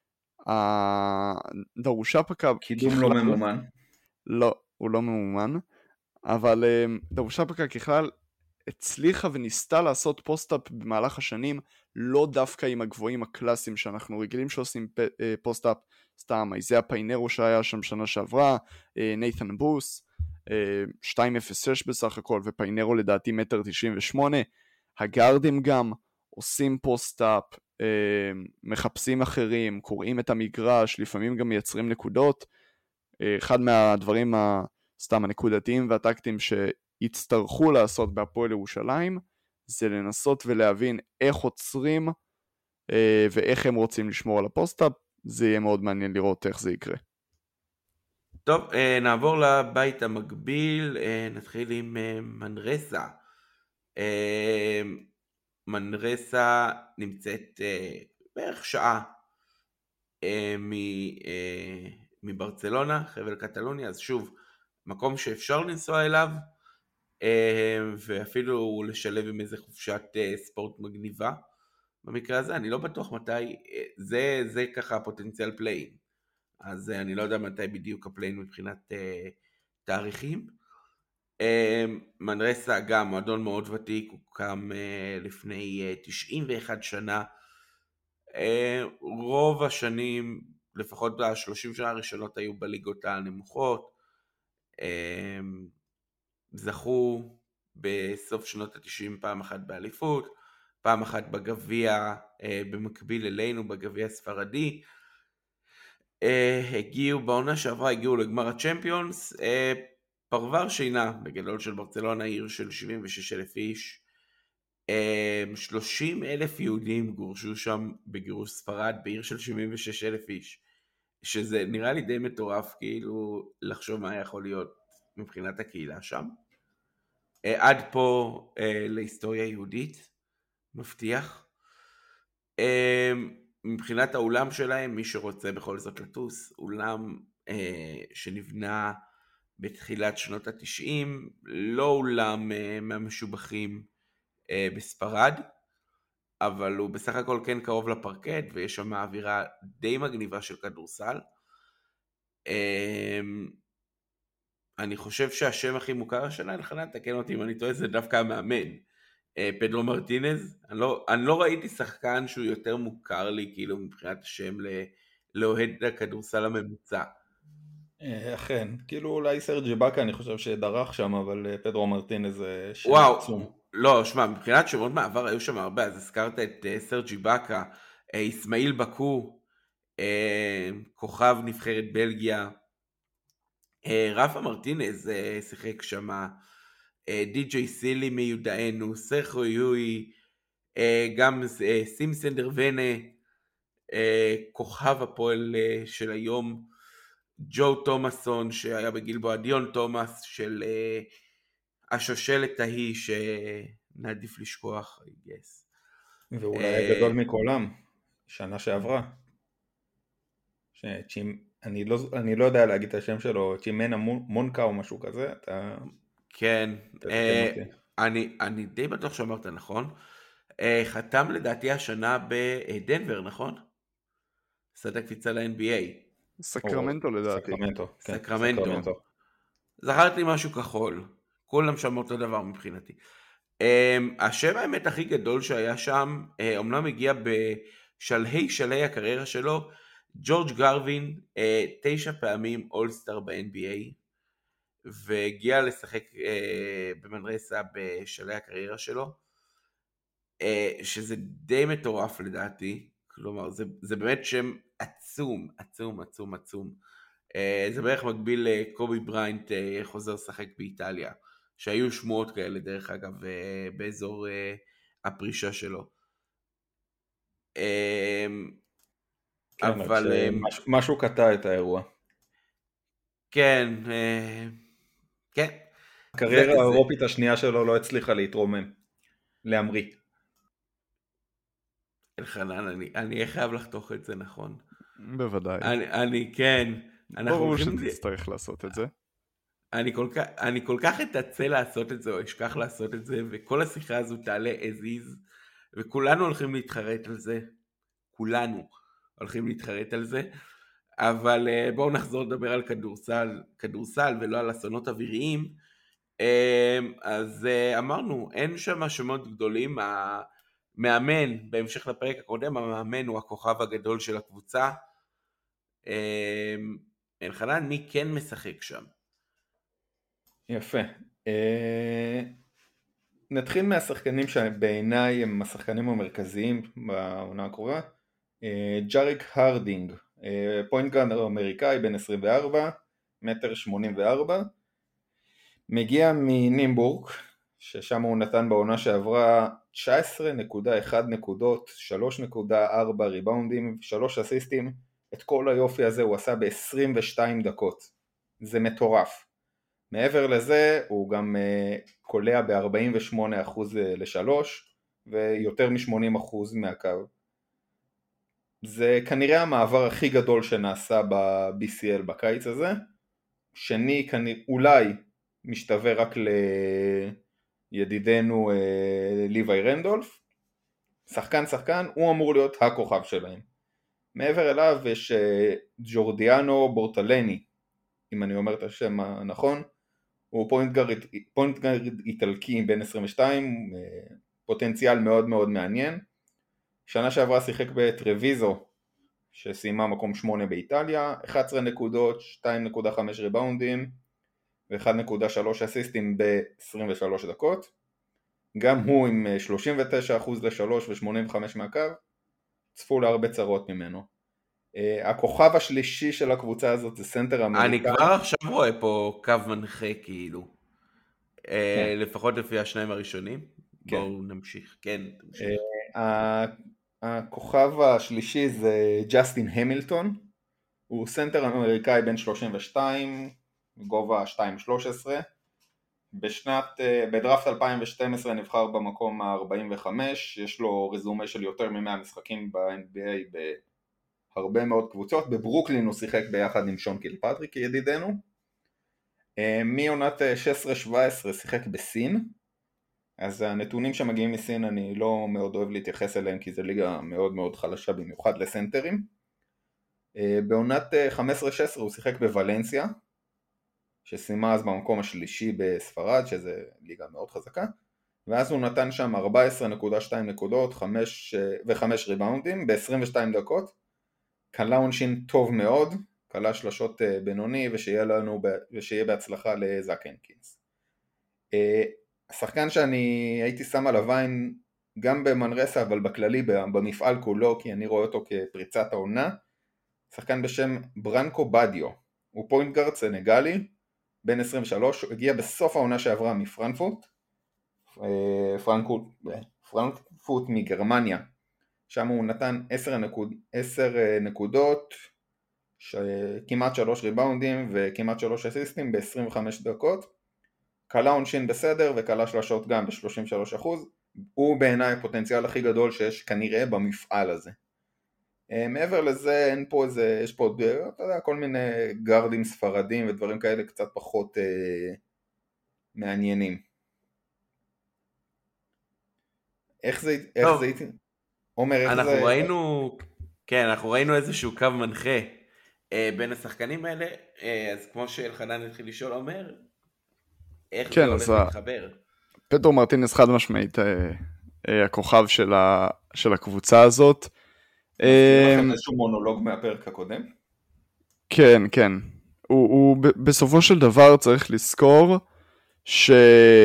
דרושפקה... קידום לא ממומן. לא, הוא לא ממומן, אבל דרושפקה ככלל הצליחה וניסתה לעשות פוסט-אפ במהלך השנים, לא דווקא עם הגבוהים הקלאסיים שאנחנו רגילים שעושים פוסט-אפ, סתם, איזיה פיינרו שהיה שם שנה שעברה, נייתן בוס, 2.06 בסך הכל, ופיינרו לדעתי 1.98 מטר, הגארדים גם עושים פוסט-אפ, מחפשים אחרים, קוראים את המגרש, לפעמים גם מייצרים נקודות. אחד מהדברים סתם הנקודתיים והטקטיים שיצטרכו לעשות בהפועל ירושלים, זה לנסות ולהבין איך עוצרים ואיך הם רוצים לשמור על הפוסט-אפ. זה יהיה מאוד מעניין לראות איך זה יקרה. טוב, נעבור לבית המקביל, נתחיל עם מנרסה. מנרסה נמצאת בערך שעה מברצלונה, חבל קטלוניה, אז שוב, מקום שאפשר לנסוע אליו, ואפילו לשלב עם איזה חופשת ספורט מגניבה. במקרה הזה אני לא בטוח מתי, זה ככה פוטנציאל פליין, אז אני לא יודע מתי בדיוק הפליין מבחינת תאריכים. מנרסה גם מועדון מאוד ותיק, הוא קם לפני 91 שנה, רוב השנים, לפחות ב-30 שנה הראשונות היו בליגות הנמוכות, זכו בסוף שנות ה-90 פעם אחת באליפות, פעם אחת בגביע, במקביל אלינו בגביע הספרדי, בעונה שעברה הגיעו לגמר הצ'מפיונס, פרוור שינה בגדול של ברצלונה, עיר של 76,000 איש, 30,000 יהודים גורשו שם בגירוש ספרד בעיר של 76,000 איש, שזה נראה לי די מטורף כאילו לחשוב מה יכול להיות מבחינת הקהילה שם. עד פה להיסטוריה יהודית, מבטיח. מבחינת האולם שלהם, מי שרוצה בכל זאת לטוס, אולם שנבנה בתחילת שנות ה-90, לא אולם מהמשובחים בספרד, אבל הוא בסך הכל כן קרוב לפרקט, ויש שם אווירה די מגניבה של כדורסל. אני חושב שהשם הכי מוכר השנה, אלחנן, תקן אותי אם אני טועה, זה דווקא המאמן, פדרו מרטינז. אני לא ראיתי שחקן שהוא יותר מוכר לי, כאילו מבחינת השם לאוהד הכדורסל הממוצע. אכן, כאילו אולי סרג' באקה אני חושב שדרך שם, אבל פדרו מרטינז שם וואו, עצום. לא, שמע, מבחינת שמות מעבר היו שם הרבה, אז הזכרת את סרג'י באקה, איסמעיל בקו, כוכב נבחרת בלגיה, רפה מרטינז שיחק שם, די.ג'יי סילי מיודענו, סרחו יואי, גם סימסן דרוונה, כוכב הפועל של היום, ג'ו תומאסון שהיה בגלבוע, דיון תומאס של השושלת ההיא שנעדיף לשכוח, I guess. ואולי הגדול מכולם, שנה שעברה, אני לא יודע להגיד את השם שלו, צ'ימנה מונקה או משהו כזה, אתה... כן, תתקן אותי. אני די בטוח שאמרת נכון, חתם לדעתי השנה בדנבר, נכון? עשה קפיצה ל-NBA. סקרמנטו לדעתי. סקרמנטו, כן, סקרמנטו. זכרתי משהו כחול, כולם שם אותו דבר מבחינתי. השם האמת הכי גדול שהיה שם, אומנם הגיע בשלהי הקריירה שלו, ג'ורג' גרווין, 9 פעמים אולסטאר ב-NBA, והגיע לשחק במנרסה בשלהי הקריירה שלו, שזה די מטורף לדעתי, כלומר זה באמת שם עצום, עצום, עצום, עצום. זה בערך מקביל לקובי בריינט חוזר לשחק באיטליה, שהיו שמועות כאלה דרך אגב באזור הפרישה שלו. כן, אבל משהו קטע את האירוע. כן, כן. הקריירה האירופית השנייה שלו לא הצליחה להתרומם, להמריא. אלחנן, אני אהיה חייב לחתוך את זה, נכון? בוודאי. אני כן. ברור שתצטרך לעשות את זה. אני כל כך אתעצל לעשות את זה או אשכח לעשות את זה, וכל השיחה הזו תעלה as is, וכולנו הולכים להתחרט על זה. כולנו הולכים להתחרט על זה. אבל בואו נחזור לדבר על כדורסל ולא על אסונות אוויריים. אז אמרנו, אין שם שמות גדולים. המאמן, בהמשך לפרק הקודם, המאמן הוא הכוכב הגדול של הקבוצה. אלחנן, מי כן משחק שם? יפה. נתחיל מהשחקנים שבעיניי הם השחקנים המרכזיים בעונה הקרובה. ג'אריק הרדינג, פוינט גארד אמריקאי, בן 24, 1.84 מטר, מגיע מנימבורג, ששם הוא נתן בעונה שעברה 19.1 נקודות, 3.4 ריבאונדים, 3 אסיסטים. את כל היופי הזה הוא עשה ב-22 דקות. זה מטורף. מעבר לזה הוא גם קולע ב-48% ל-3 ויותר מ-80% מהקו. זה כנראה המעבר הכי גדול שנעשה ב-BCL בקיץ הזה. שני אולי משתווה רק לידידנו ליווי רנדולף. שחקן, הוא אמור להיות הכוכב שלהם. מעבר אליו יש ג'ורדיאנו בורטלני, אם אני אומר את השם הנכון. הוא פוינט גארד איטלקי בן 22, פוטנציאל מאוד מאוד מעניין. שנה שעברה שיחק בטרוויזו, שסיימה מקום 8 באיטליה, 11 נקודות, 2.5 ריבאונדים ו-1.3 אסיסטים ב-23 דקות. גם הוא עם 39% ל-3 ו-85 מהקו, צפו להרבה צרות ממנו. הכוכב השלישי של הקבוצה הזאת זה סנטר אמריקאי. אני כבר עכשיו רואה פה קו מנחה כאילו, לפחות לפי השניים הראשונים. בואו נמשיך. כן, תמשיך. הכוכב השלישי זה ג'סטין המילטון, הוא סנטר אמריקאי בן 32, גובה 2.13, בדראפט 2012 נבחר במקום ה-45, יש לו רזומה של יותר מ-100 משחקים ב-NBA בהרבה מאוד קבוצות. בברוקלין הוא שיחק ביחד עם שון קילפטריק ידידנו. מעונת 16-17 שיחק בסין, אז הנתונים שמגיעים מסין אני לא מאוד אוהב להתייחס אליהם כי זו ליגה מאוד מאוד חלשה במיוחד לסנטרים. בעונת 15-16 הוא שיחק בוולנסיה, שסיימה אז במקום השלישי בספרד, שזה ליגה מאוד חזקה, ואז הוא נתן שם 14.2 נקודות ו5 ריבאונדים ב-22 דקות, קלה עונשין טוב מאוד, קלה שלשות בינוני, ושיהיה בהצלחה לזאק הנקינס. השחקן שאני הייתי שם עליו עין גם במנרסה אבל בכללי במפעל כולו, כי אני רואה אותו כפריצת העונה, שחקן בשם ברנקו בדיו. הוא פוינט גארד סנגלי, בן 23, הוא הגיע בסוף העונה שעברה מפרנקפורט, פרנקפורט מגרמניה, שם הוא נתן 10 נקודות, כמעט 3 ריבאונדים וכמעט 3 אסיסטים ב-25 דקות, קלה עונשין בסדר וקלה שלשות גם ב-33%, הוא בעיניי הפוטנציאל הכי גדול שיש כנראה במפעל הזה. מעבר לזה אין פה איזה, יש פה אתה יודע, כל מיני גארדים ספרדים ודברים כאלה קצת פחות מעניינים. איך זה איתי? עומר, איך אנחנו זה? ראינו, כן, אנחנו ראינו איזשהו קו מנחה בין השחקנים האלה, אז כמו שאלחנן התחיל לשאול, אומר, איך כן, זה הולך להתחבר? פדרו מרטינס חד משמעית הכוכב של הקבוצה הזאת. מזכיר לכם איזשהו מונולוג מהפרק הקודם? כן, כן. הוא בסופו של דבר צריך לזכור שיש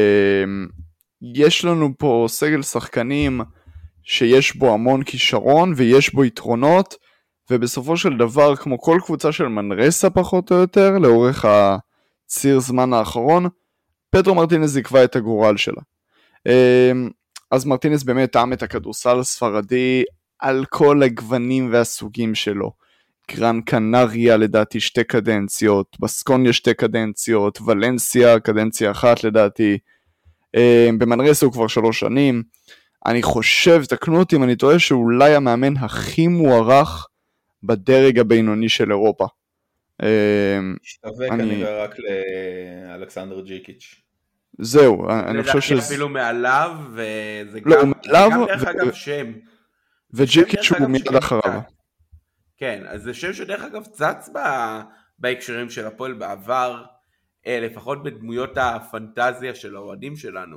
לנו פה סגל שחקנים שיש בו המון כישרון ויש בו יתרונות, ובסופו של דבר, כמו כל קבוצה של מנרסה פחות או יותר, לאורך הציר זמן האחרון, פדרו מרטינס יקבע את הגורל שלה. אז מרטינס באמת טעם את הכדורסל הספרדי על כל הגוונים והסוגים שלו. גרן קנריה לדעתי 2 קדנציות, בסקוניה 2 קדנציות, ולנסיה קדנציה 1 לדעתי, במנרסה הוא כבר 3 שנים. אני חושב, תקנו אותי אם אני טועה, שאולי המאמן הכי מוערך בדרג הבינוני של אירופה. השתווה כנראה רק לאלכסנדר ג'יקיץ'. זהו, אני חושב לדעתי אפילו מעליו, וזה לא, גם דרך אגב שם. וג'יקיץ' הוא מיד אחריו. כן, אז זה שם שדרך אגב צץ בהקשרים של הפועל בעבר, לפחות בדמויות הפנטזיה של האוהדים שלנו.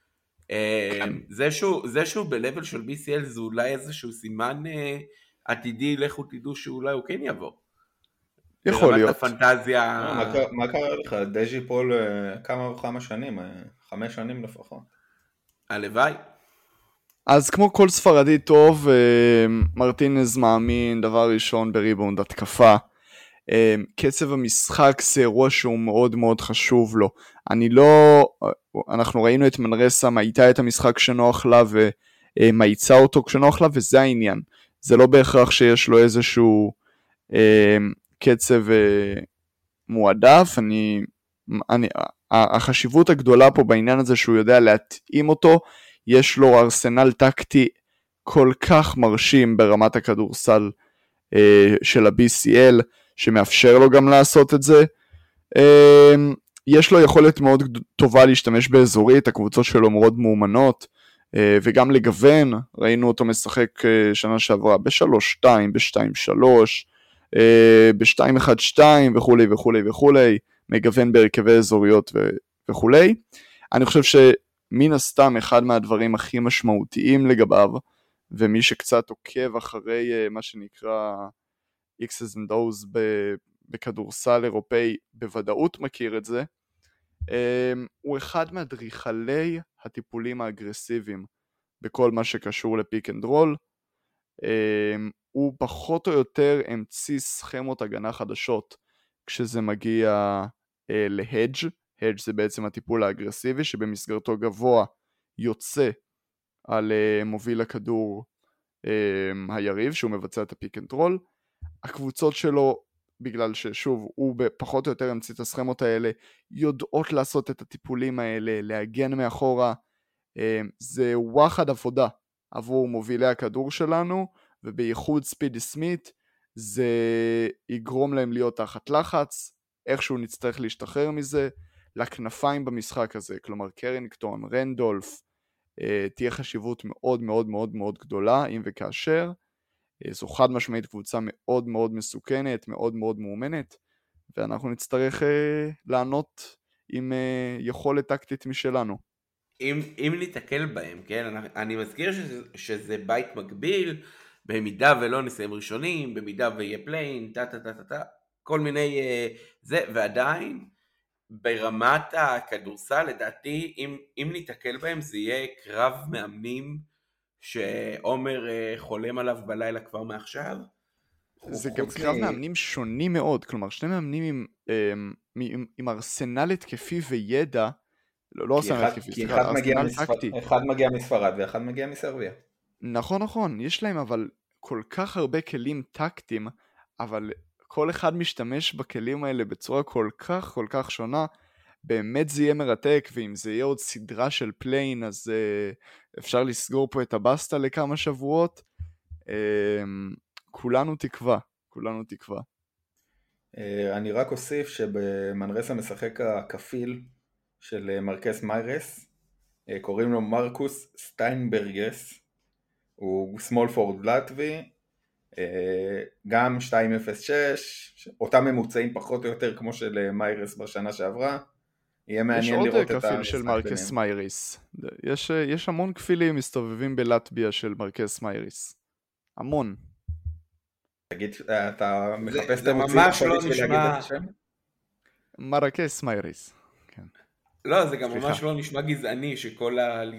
זה שהוא בלבל של BCL זה אולי איזשהו סימן עתידי, לכו תדעו שאולי הוא כן יבוא. יכול להיות. הפנטזיה... מה קרה לך? דז'י פול כמה וכמה שנים, 5 שנים לפחות. הלוואי. אז כמו כל ספרדי טוב, מרטינז מאמין דבר ראשון בריבאונד התקפה. קצב המשחק זה אירוע שהוא מאוד מאוד חשוב לו. אנחנו ראינו את מנרסה מאיתה את המשחק שנוח לה ומאיצה אותו כשנוח לה, וזה העניין. זה לא בהכרח שיש לו איזשהו קצב מועדף. החשיבות הגדולה פה בעניין הזה שהוא יודע להתאים אותו, יש לו ארסנל טקטי כל כך מרשים ברמת הכדורסל של ה-BCL, שמאפשר לו גם לעשות את זה. יש לו יכולת מאוד טובה להשתמש באזורית, הקבוצות שלו מאוד מאומנות, וגם לגוון, ראינו אותו משחק שנה שעברה ב-3-2, ב-2-3, ב-2-1-2 וכולי וכולי וכולי, מגוון בהרכבי אזוריות וכולי. אני חושב שמן הסתם אחד מהדברים הכי משמעותיים לגביו, ומי שקצת עוקב אחרי מה שנקרא X's and O's בכדורסל אירופאי בוודאות מכיר את זה, הוא אחד מהדריכלי הטיפולים האגרסיביים בכל מה שקשור לפיק אנד רול. הוא פחות או יותר המציא סכמות הגנה חדשות כשזה מגיע להדג'. הדג' זה בעצם הטיפול האגרסיבי שבמסגרתו גבוה יוצא על מוביל הכדור היריב שהוא מבצע את הפיק אנד רול. הקבוצות שלו, בגלל ששוב הוא פחות או יותר המציא את הסכמות האלה, יודעות לעשות את הטיפולים האלה, להגן מאחורה. זה וואחד עבודה עבור מובילי הכדור שלנו, ובייחוד ספידי סמית זה יגרום להם להיות תחת לחץ, איכשהו נצטרך להשתחרר מזה, לכנפיים במשחק הזה, כלומר קרינגטון, רנדולף, תהיה חשיבות מאוד מאוד מאוד מאוד גדולה, אם וכאשר. זו חד משמעית קבוצה מאוד מאוד מסוכנת, מאוד מאוד מאומנת, ואנחנו נצטרך לענות עם יכולת טקטית משלנו. אם נתקל בהם, כן? אני מזכיר שזה בית מקביל, במידה ולא נסיים ראשונים, במידה ויהיה פליין, כל מיני זה, ועדיין ברמת הכדורסל, לדעתי, אם ניתקל בהם, זה יהיה קרב מאמנים שעומר חולם עליו בלילה כבר מעכשיו. זה גם קרב מאמנים שונים מאוד, כלומר שני מאמנים עם ארסנל התקפי וידע, לא ארסנל התקפי, סליחה, ארסנל טקטי. אחד מגיע מספרד ואחד מגיע מסרביה. נכון, יש להם אבל כל כך הרבה כלים טקטיים, אבל כל אחד משתמש בכלים האלה בצורה כל כך שונה, באמת זה יהיה מרתק, ואם זה יהיה עוד סדרה של פליין, אז אפשר לסגור פה את הבסטה לכמה שבועות. כולנו תקווה. אני רק אוסיף שבמנרסה משחק הכפיל של מרקס מיירס, קוראים לו מרקוס סטיינברגס, הוא סמול פורד לטבי, גם 2.06, אותם ממוצעים פחות או יותר כמו של מיירס בשנה שעברה. יהיה מעניין לראות את המשחק ביניהם. יש עוד כפיל של מרקס מייריס. יש המון כפילים מסתובבים בלטביה של מרקס מייריס. המון. תגיד, אתה מחפש את המוצאים החודש של להגיד את השם? מרקס מייריס. כן. לא, זה גם ממש לא נשמע גזעני שכל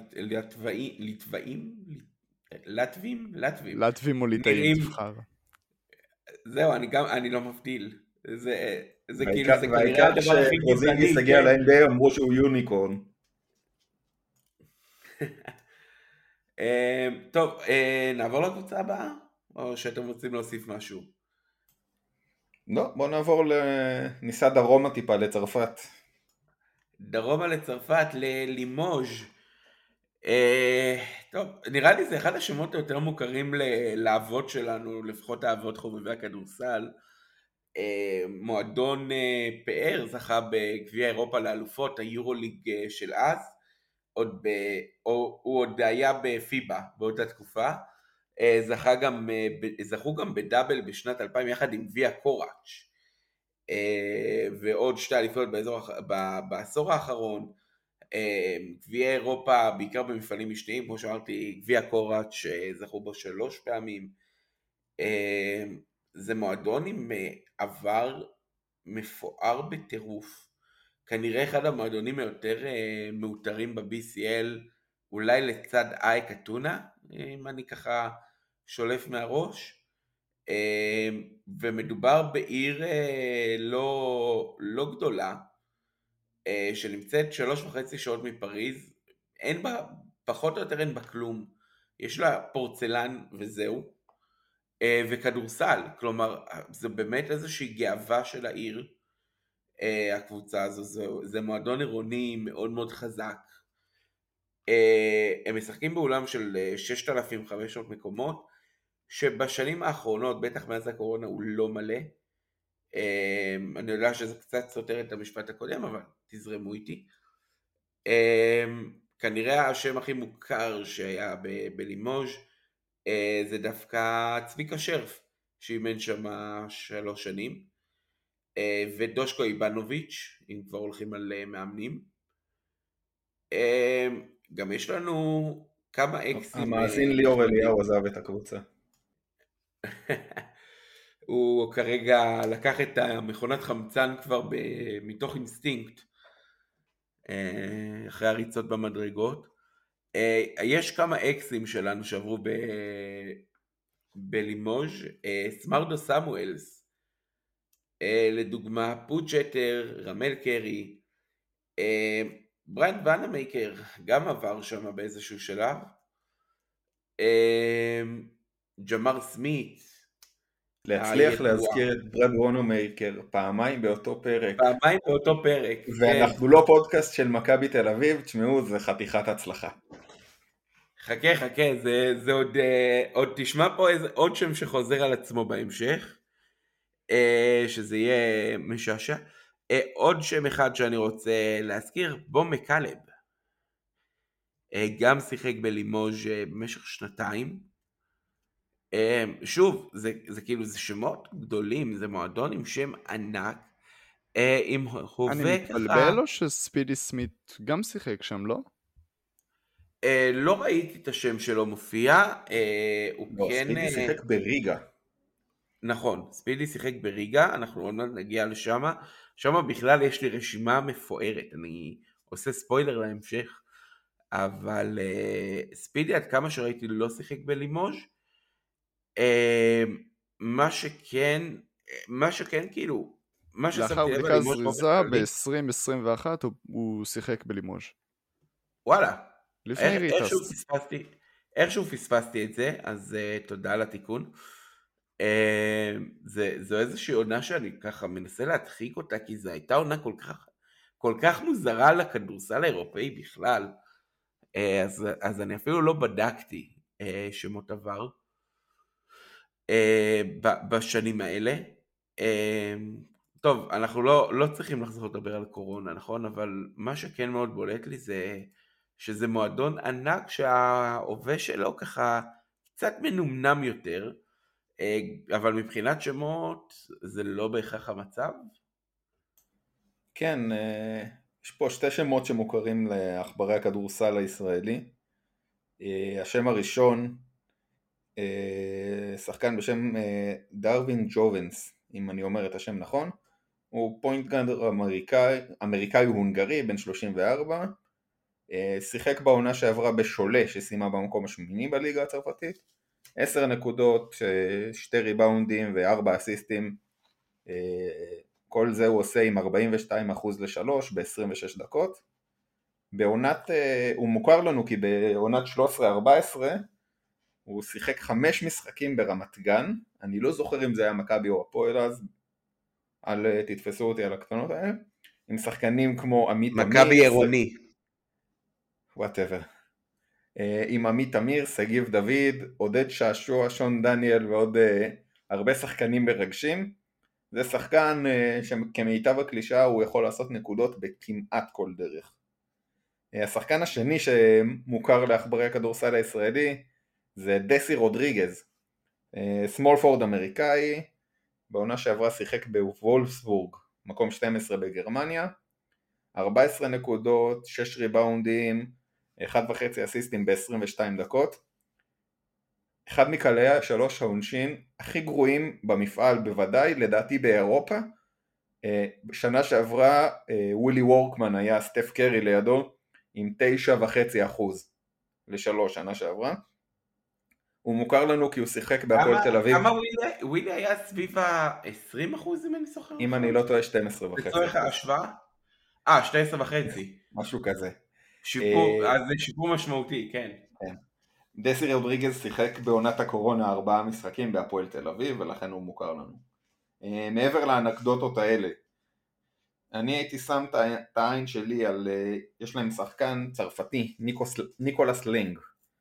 לטבים או ליטאים תבחר. זהו, אני לא מבדיל. זה כאילו, זה כנראה הדבר הכי גזעני. כשפרוזינגיס ל-NBA אמרו שהוא יוניקורן. טוב, נעבור לקבוצה הבאה? או שאתם רוצים להוסיף משהו? לא, בוא נעבור ניסה דרומה טיפה לצרפת. דרומה לצרפת, ללימוז'. טוב, נראה לי זה אחד השמות היותר מוכרים לאבות שלנו, לפחות האבות חובבי הכדורסל. מועדון פאר זכה בגביע אירופה לאלופות, היורוליג של אז, הוא עוד היה בפיבה באותה תקופה. זכו גם בדאבל בשנת 2000 יחד עם גביע קוראץ', ועוד שתי אליפויות בעשור האחרון. גביע אירופה בעיקר במפעלים משניים, כמו שאמרתי, גביע קוראץ' זכו בו 3 פעמים. זה מועדון עם עבר מפואר בטירוף, כנראה אחד המועדונים היותר מאותרים ב-BCL, אולי לצד אייק אתונה, אם אני ככה שולף מהראש. ומדובר בעיר לא גדולה, שנמצאת 3.5 שעות מפריז. אין בה, פחות או יותר אין בה כלום, יש לה פורצלן וזהו, וכדורסל. כלומר זה באמת איזושהי גאווה של העיר, הקבוצה הזו. זה מועדון עירוני מאוד מאוד חזק. הם משחקים באולם של 6,500 מקומות, שבשנים האחרונות, בטח מאז הקורונה, הוא לא מלא. אני יודע שזה קצת סותר את המשפט הקודם, אבל תזרמו איתי. כנראה השם הכי מוכר שהיה בלימוז' זה דווקא צביקה שרף, שאימן שם 3 שנים, ודושקו איבנוביץ', אם כבר הולכים על מאמנים. גם יש לנו כמה אקסים. המאזין ליאור אליהו עזב את הקבוצה. הוא כרגע לקח את המכונת חמצן כבר מתוך אינסטינקט, אחרי הריצות במדרגות. יש כמה אקסים שלנו שעברו בלימוז', סמרדו סמואלס, לדוגמה פוצ'טר, רמל קרי, בריין ואנמייקר גם עבר שם באיזשהו שלב, ג'מר סמית. להצליח להזכיר את ברד וונומייקר פעמיים באותו פרק. ואנחנו לא פודקאסט של מכבי תל אביב, תשמעו, זה חתיכת הצלחה. חכה, זה עוד תשמע פה עוד שם שחוזר על עצמו בהמשך, שזה יהיה משעשע. עוד שם אחד שאני רוצה להזכיר, בום מקלב. גם שיחק בלימוז' במשך 2 שוב, זה כאילו, זה שמות גדולים, זה מועדון עם שם ענק, עם הווה ככה. אני מתבלבל או שספידי סמית גם שיחק שם, לא? לא ראיתי את השם שלו מופיע, הוא לא, כן... ספידי שיחק בריגה. נכון, ספידי שיחק בריגה, אנחנו עוד מעט נגיע לשם, שם בכלל יש לי רשימה מפוארת, אני עושה ספוילר להמשך, אבל ספידי עד כמה שראיתי לא שיחק בלימוז', מה שכן כאילו, מה לאחר ששמתי לב על בדיקה לימוז' באופן זריזה כללי, ב-2021 הוא שיחק בלימוז'. וואלה, לפני ריטס. איכשהו פספסתי את זה, אז תודה על התיקון. זו איזושהי עונה שאני ככה מנסה להדחיק אותה, כי זו הייתה עונה כל כך מוזרה לכדורסל האירופאי בכלל, אז אני אפילו לא בדקתי שמות עבר בשנים האלה. טוב, אנחנו לא צריכים לחזור לדבר על קורונה, נכון? אבל מה שכן מאוד בולט לי זה שזה מועדון ענק שההווה שלו ככה קצת מנומנם יותר, אבל מבחינת שמות זה לא בהכרח המצב. כן, יש פה שתי שמות שמוכרים לעכברי הכדורסל הישראלי. השם הראשון, שחקן בשם דרווין ג'ובנס, אם אני אומר את השם נכון, הוא פוינט גארד אמריקאי הונגרי, בן 34, שיחק בעונה שעברה בשולה שסיימה במקום השמיני בליגה הצרפתית, 10 נקודות, 2 ריבאונדים ו4 אסיסטים, כל זה הוא עושה עם 42% ל-3 ב-26 דקות. בעונת, הוא מוכר לנו כי בעונת 13-14 הוא שיחק 5 משחקים ברמת גן, אני לא זוכר אם זה היה מכבי או הפועל אז, תתפסו אותי על הקטנות האלה, עם שחקנים כמו עמית אמיר, מכבי עירוני. whatever, עם עמית אמיר, סגיב דוד, עודד שעשוע, שון דניאל ועוד הרבה שחקנים מרגשים. זה שחקן שכמיטב הקלישה הוא יכול לעשות נקודות בכמעט כל דרך. השחקן השני שמוכר לעכברי הכדורסל הישראלי זה דסי רודריגז, סמול פורד אמריקאי, בעונה שעברה שיחק בוולפסבורג, מקום 12 בגרמניה, 14 נקודות, 6 ריבאונדים, 1.5 אסיסטים ב-22 דקות, אחד מקלעי 3 העונשין הכי גרועים במפעל, בוודאי לדעתי באירופה. בשנה שעברה ווילי וורקמן היה סטף קרי לידו עם 9.5% ל-3 שנה שעברה. הוא מוכר לנו כי הוא שיחק בהפועל תל אביב. כמה ווילי היה סביב ה-20% אם אני זוכר? אם אני לא טועה 12.5%. לצורך ההשוואה? 12.5. משהו כזה. אז זה שיפור משמעותי, כן. דסי רודריגז שיחק בעונת הקורונה 4 משחקים בהפועל תל אביב ולכן הוא מוכר לנו. מעבר לאנקדוטות האלה, אני הייתי שם את העין שלי על, יש להם שחקן צרפתי, ניקולס לנג,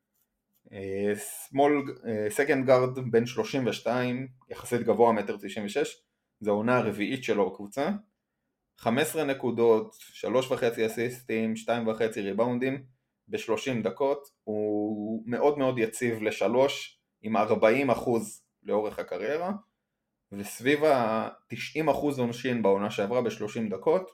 סקנד גארד בן 32, יחסית גבוה 1.96 מטר, זו העונה הרביעית שלו בקבוצה, 15 נקודות, 3.5 אסיסטים, 2.5 ריבאונדים ב-30 דקות, הוא מאוד מאוד יציב ל-3 עם 40% לאורך הקריירה, וסביב ה-90% עונשין בעונה שעברה ב-30 דקות.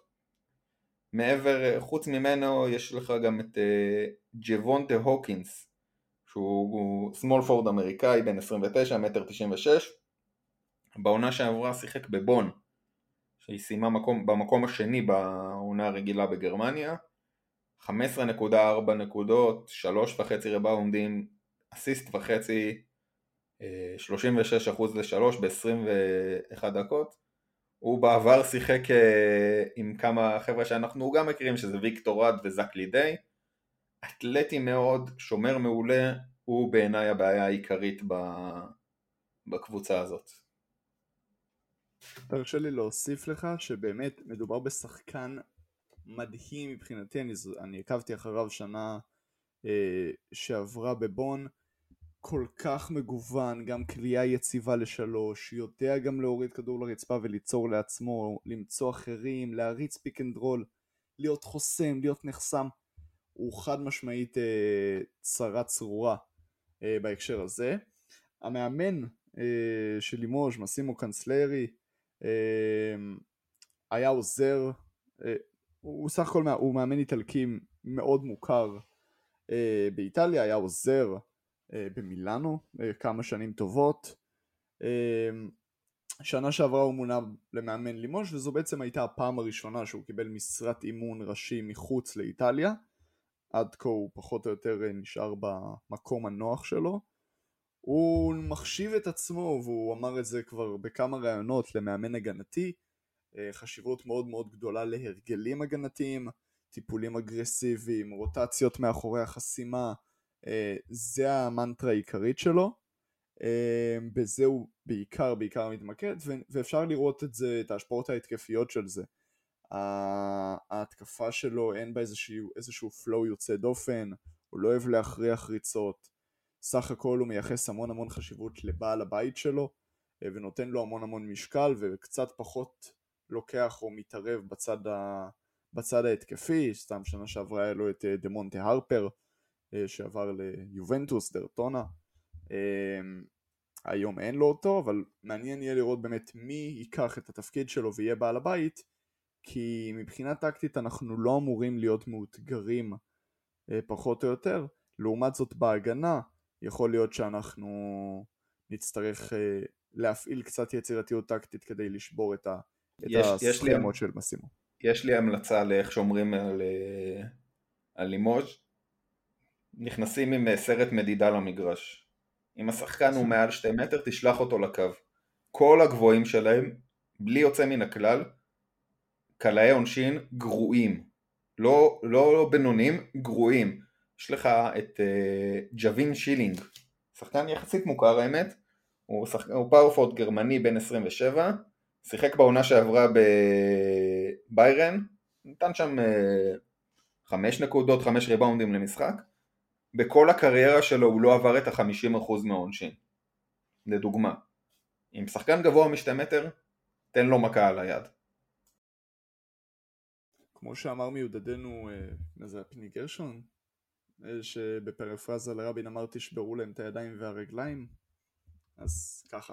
חוץ ממנו יש לך גם את ג'וונטה הוקינס, שהוא סמול פורד אמריקאי בן 29, 1.96 מטר, בעונה שעברה שיחק בבון, שהיא סיימה במקום השני בעונה הרגילה בגרמניה, 15.4 נקודות, 3.5 ריבאונדים, אסיסט וחצי, 36% ל-3 ב-21 דקות. הוא בעבר שיחק עם כמה חבר'ה שאנחנו גם מכירים, שזה ויקטור רד וזק לידי, אתלטי מאוד, שומר מעולה, הוא בעיניי הבעיה העיקרית בקבוצה הזאת. תרשה לי להוסיף לך שבאמת מדובר בשחקן מדהים מבחינתי, אני עקבתי אחריו שנה שעברה בבון, כל כך מגוון, גם קליעה יציבה ל3, יודע גם להוריד כדור לרצפה וליצור לעצמו, למצוא אחרים, להריץ פיק אנד רול, להיות חוסם, להיות נחסם. הוא חד משמעית צרה צרורה בהקשר הזה. המאמן של לימוז' מסימו קנסלרי היה עוזר, הוא סך הכל הוא מאמן איטלקי מאוד מוכר באיטליה, היה עוזר במילאנו כמה שנים טובות. שנה שעברה הוא מונה למאמן לימוז' וזו בעצם הייתה הפעם הראשונה שהוא קיבל משרת אימון ראשי מחוץ לאיטליה. עד כה הוא פחות או יותר נשאר במקום הנוח שלו. הוא מחשיב את עצמו, והוא אמר את זה כבר בכמה רעיונות, למאמן הגנתי. חשיבות מאוד מאוד גדולה להרגלים הגנתיים, טיפולים אגרסיביים, רוטציות מאחורי החסימה. זה המנטרה העיקרית שלו. בזה הוא בעיקר מתמקד, ואפשר לראות את זה, את ההשפעות ההתקפיות של זה. ההתקפה שלו אין בה איזשהו פלואו יוצא דופן, הוא לא אוהב להכריח ריצות, סך הכל הוא מייחס המון חשיבות לבעל הבית שלו, ונותן לו המון משקל, וקצת פחות לוקח או מתערב בצד ההתקפי. סתם שנה שעברה היה לו את דמונטה הרפר, שעבר ליובנטוס, דרטונה. היום אין לו אותו, אבל מעניין יהיה לראות באמת מי ייקח את התפקיד שלו ויהיה בעל הבית, כי מבחינה טקטית אנחנו לא אמורים להיות מאותגרים פחות או יותר. לעומת זאת בהגנה יכול להיות שאנחנו נצטרך להפעיל קצת יצירתיות טקטית כדי לשבור את הסכמות של מסימו. יש לי המלצה לאיך שומרים על לימוז'. נכנסים עם סרט מדידה למגרש. אם השחקן הוא מעל 2 מטר, תשלח אותו לקו. כל הגבוהים שלהם, בלי יוצא מן הכלל, קלעי עונשין גרועים. לא בינוניים, גרועים. יש לך את ג'ווין שילינג, שחקן יחסית מוכר האמת, הוא פאורפורד גרמני בן 27, שיחק בעונה שעברה בביירן, נתן שם 5 נקודות, 5 ריבאונדים למשחק, בכל הקריירה שלו הוא לא עבר את ה-50% מהעונשין. לדוגמה, אם שחקן גבוה מ2 מטר, תן לו מכה על היד. כמו שאמר מיודדנו, זה פיני גרשון, שבפרפרזה לרבין אמר תשברו להם את הידיים והרגליים, אז ככה.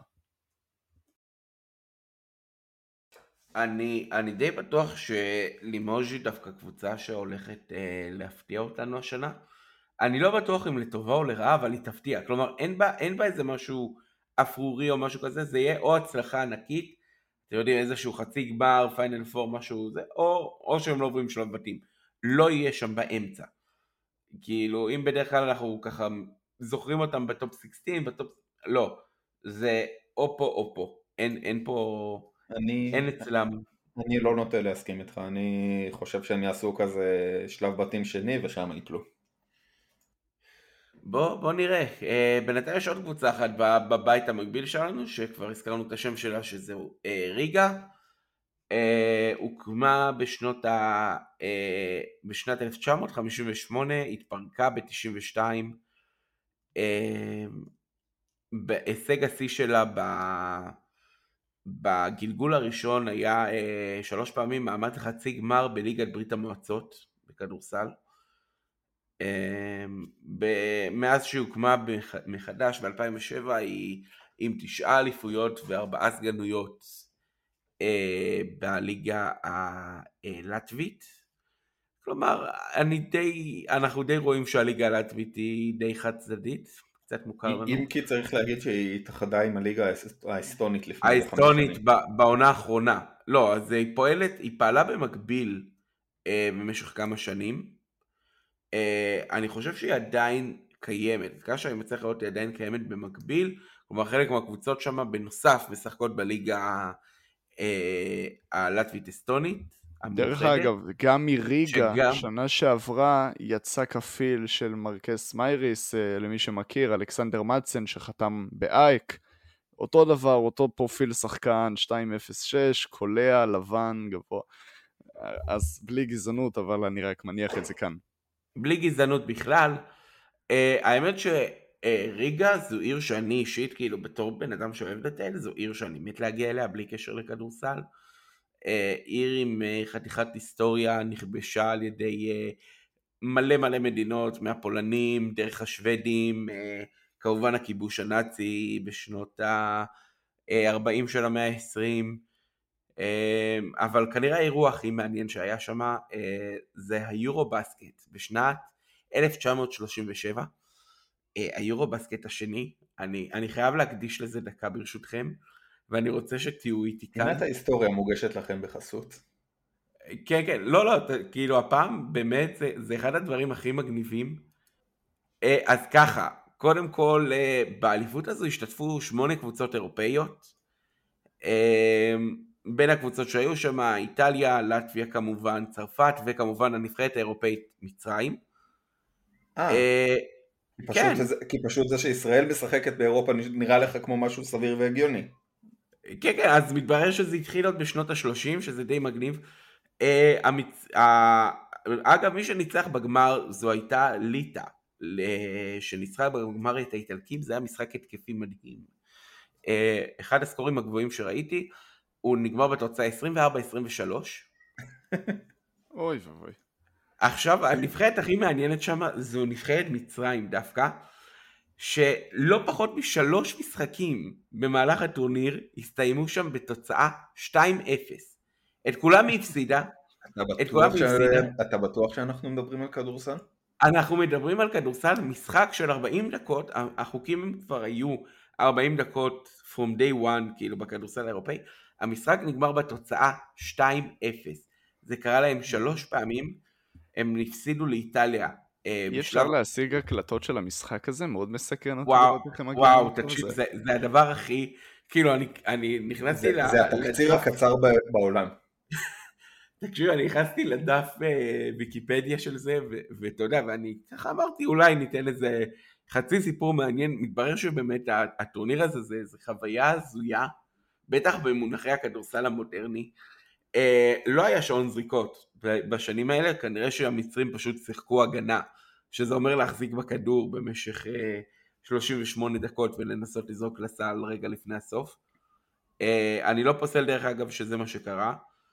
אני די בטוח שלימוז' היא דווקא קבוצה שהולכת להפתיע אותנו השנה. אני לא בטוח אם לטובה או לרעה, אבל היא תפתיע. כלומר, אין בה איזה משהו אפרורי או משהו כזה, זה יהיה או הצלחה ענקית, אתם יודעים, איזשהו חצי גמר, פיינל פור, משהו זה, או שהם לא עוברים שלב בתים. לא יהיה שם באמצע. כאילו, אם בדרך כלל אנחנו ככה זוכרים אותם בטופ 16, לא. זה או פה או פה. אין פה, אין אצלם. אני לא נוטה להסכים איתך, אני חושב שהם יעשו כזה שלב בתים שני ושם יפלו. בוא נראה. בינתיים יש עוד קבוצה אחת בבית המקביל שלנו, שכבר הזכרנו את השם שלה, שזהו ריגה. הוקמה בשנת 1958, התפרקה ב-92. בהישג השיא שלה בגלגול הראשון היה 3 פעמים מעמד לחצי גמר בליגת ברית המועצות בכדורסל. מאז שהוקמה מחדש ב-2007 היא עם 9 אליפויות ו4 סגנויות בליגה הלטבית. כלומר, אנחנו די רואים שהליגה הלטבית היא די חד צדדית, קצת מוכר לנו. אם כי צריך להגיד שהיא התאחדה עם הליגה האסטונית לפני 5 שנים. האסטונית בעונה האחרונה. לא, אז היא פעלה במקביל במשך כמה שנים. אני חושב שהיא עדיין קיימת, כאשר אני מצליח לראות היא עדיין קיימת במקביל, כלומר חלק מהקבוצות שם בנוסף משחקות בליגה הלטבית אסטונית. דרך אגב, גם מריגה, שנה שעברה יצא כפיל של מרקס מייריס, למי שמכיר, אלכסנדר מצן שחתם באייק, אותו דבר, אותו פרופיל שחקן, 206, קולע, לבן, גבוה, אז בלי גזענות, אבל אני רק מניח את זה כאן. בלי גזענות בכלל. האמת שריגה זו עיר שאני אישית, כאילו בתור בן אדם שאוהב לטייל, זו עיר שאני מת להגיע אליה בלי קשר לכדורסל. עיר עם חתיכת היסטוריה, נכבשה על ידי מלא מדינות, מהפולנים, דרך השוודים, כמובן הכיבוש הנאצי בשנות ה-40 של המאה ה-20, אבל כנראה האירוע הכי מעניין שהיה שם זה היורו-בסקט בשנת 1937, היורו-בסקט השני. אני חייב להקדיש לזה דקה ברשותכם. ואני רוצה שתהיו איתי כאן. פינת ההיסטוריה מוגשת לכם בחסות. כן, כן, לא, כאילו הפעם באמת זה אחד הדברים הכי מגניבים. אז ככה, קודם כל באליפות הזו השתתפו 8 קבוצות אירופאיות. בין הקבוצות שהיו שם, איטליה, לטביה כמובן, צרפת, וכמובן הנבחרת האירופאית מצרים. כן. כי פשוט זה שישראל משחקת באירופה נראה לך כמו משהו סביר והגיוני. כן, כן, אז מתברר שזה התחיל עוד בשנות ה-30, שזה די מגניב. אגב, מי שניצח בגמר זו הייתה ליטא, שניצחה בגמר את האיטלקים, זה היה משחק התקפי מדהים. אחד הסקורים הגבוהים שראיתי, הוא נגמר בתוצאה 24-23. אוי ואוי. עכשיו, הנבחרת הכי מעניינת שם, זו נבחרת מצרים דווקא, שלא פחות מ3 משחקים במהלך הטורניר, הסתיימו שם בתוצאה 2-0. את כולם היא הפסידה. אתה בטוח שאנחנו מדברים על כדורסל? אנחנו מדברים על כדורסל, משחק של 40 דקות, החוקים כבר היו 40 דקות from day one, כאילו בכדורסל האירופאי, המשחק נגמר בתוצאה 2-0. זה קרה להם 3 פעמים, הם נפסידו לאיטליה. אי אפשר להשיג הקלטות של המשחק הזה, מאוד מסקרן אותי. וואו, תקשיב, זה הדבר הכי, כאילו אני נכנסתי זה התקציר הקצר בעולם. תקשיב, אני נכנסתי לדף ויקיפדיה של זה, ואתה יודע, ואני ככה אמרתי, אולי ניתן איזה חצי סיפור מעניין, מתברר שבאמת הטורניר הזה זה חוויה הזויה, בטח במונחי הכדורסל המודרני, לא היה שעון זריקות בשנים האלה, כנראה שהמצרים פשוט שיחקו הגנה, שזה אומר להחזיק בכדור במשך 38 דקות ולנסות לזרוק לסל רגע לפני הסוף. אני לא פוסל דרך אגב שזה מה שקרה.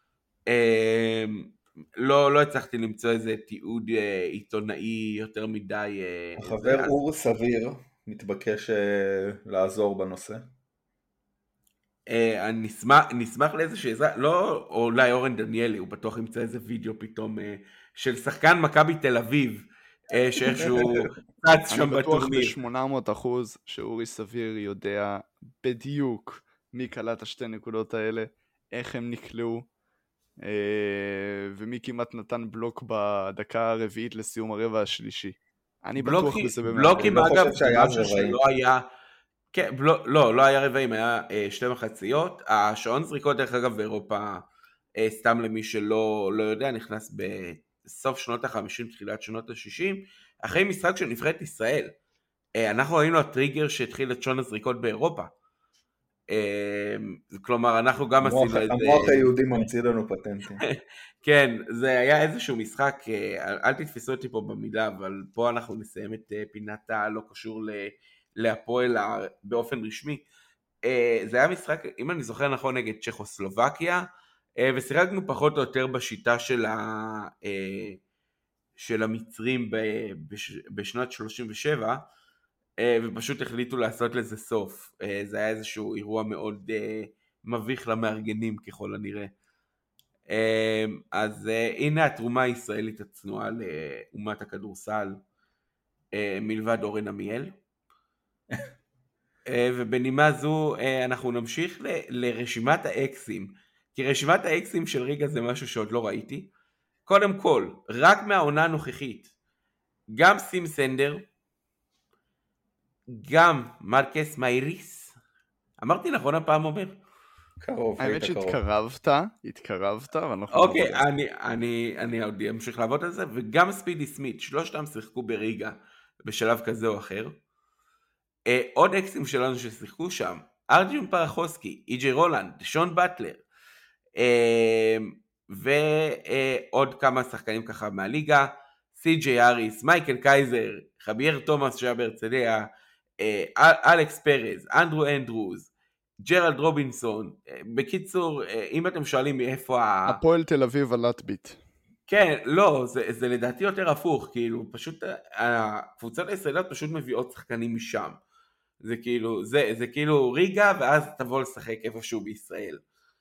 לא הצלחתי למצוא איזה תיעוד עיתונאי יותר מדי. החבר אור סביר מתבקש לעזור בנושא. אני נשמח לאיזושהי עזרה, לא אולי אורן דניאלי, הוא בטוח ימצא איזה וידאו פתאום של שחקן מכבי תל אביב, שאיכשהו צץ שם בטורניר. אני בטוח ב800% שאורי סביר יודע בדיוק מי קלט השתי נקודות האלה, איך הם נקלעו, ומי כמעט נתן בלוק בדקה הרביעית לסיום הרבע השלישי. אני בטוח בזה באמת. בלוקים אגב, משהו שלא היה, כן, לא היה רבעים, היה 2 מחציות. השעון זריקות דרך אגב באירופה, סתם למי שלא יודע, נכנס בסוף שנות ה-50, תחילת שנות ה-60, אחרי משחק של נבחרת ישראל. אנחנו ראינו הטריגר שהתחיל את שעון הזריקות באירופה. כלומר, אנחנו גם עשינו את זה. המוח היהודי ממציא לנו פטנטים. כן, זה היה איזשהו משחק, אל תתפסו אותי פה במילה, אבל פה אנחנו נסיים את פינת הלא קשור להפועל באופן רשמי. זה היה משחק, אם אני זוכר נכון, נגד צ'כוסלובקיה, ושיחקנו פחות או יותר בשיטה של המצרים בשנת 37, ופשוט החליטו לעשות לזה סוף. זה היה איזשהו אירוע מאוד מביך למארגנים ככל הנראה. אז הנה התרומה הישראלית הצנועה לאומת הכדורסל, מלבד אורן עמיאל. ובנימה זו אנחנו נמשיך לרשימת האקסים, כי רשימת האקסים של ריגה זה משהו שעוד לא ראיתי. קודם כל, רק מהעונה הנוכחית, גם סים סנדר, גם מרקס מייריס, אמרתי נכון הפעם אומר? קרוב, האמת שהתקרבת, אוקיי, אני עוד אמשיך לעבוד על זה, וגם ספידי סמית, שלושתם שיחקו בריגה בשלב כזה או אחר. עוד אקסים שלנו ששיחקו שם, ארג'ון פרחוסקי, אי.ג'יי רולנד, שון באטלר, ועוד כמה שחקנים ככה מהליגה, סי.ג'יי אריס, מייקל קייזר, חבייר תומאס שהיה בהרצליה, אלכס פרז, אנדרו אנדרוז, ג'רלד רובינסון. בקיצור, אם אתם שואלים מאיפה הפועל תל אביב הלטביט. כן, לא, זה לדעתי יותר הפוך, כאילו, פשוט הקבוצות הישראליות פשוט מביאות שחקנים משם. זה כאילו ריגה, ואז תבוא לשחק איפשהו בישראל.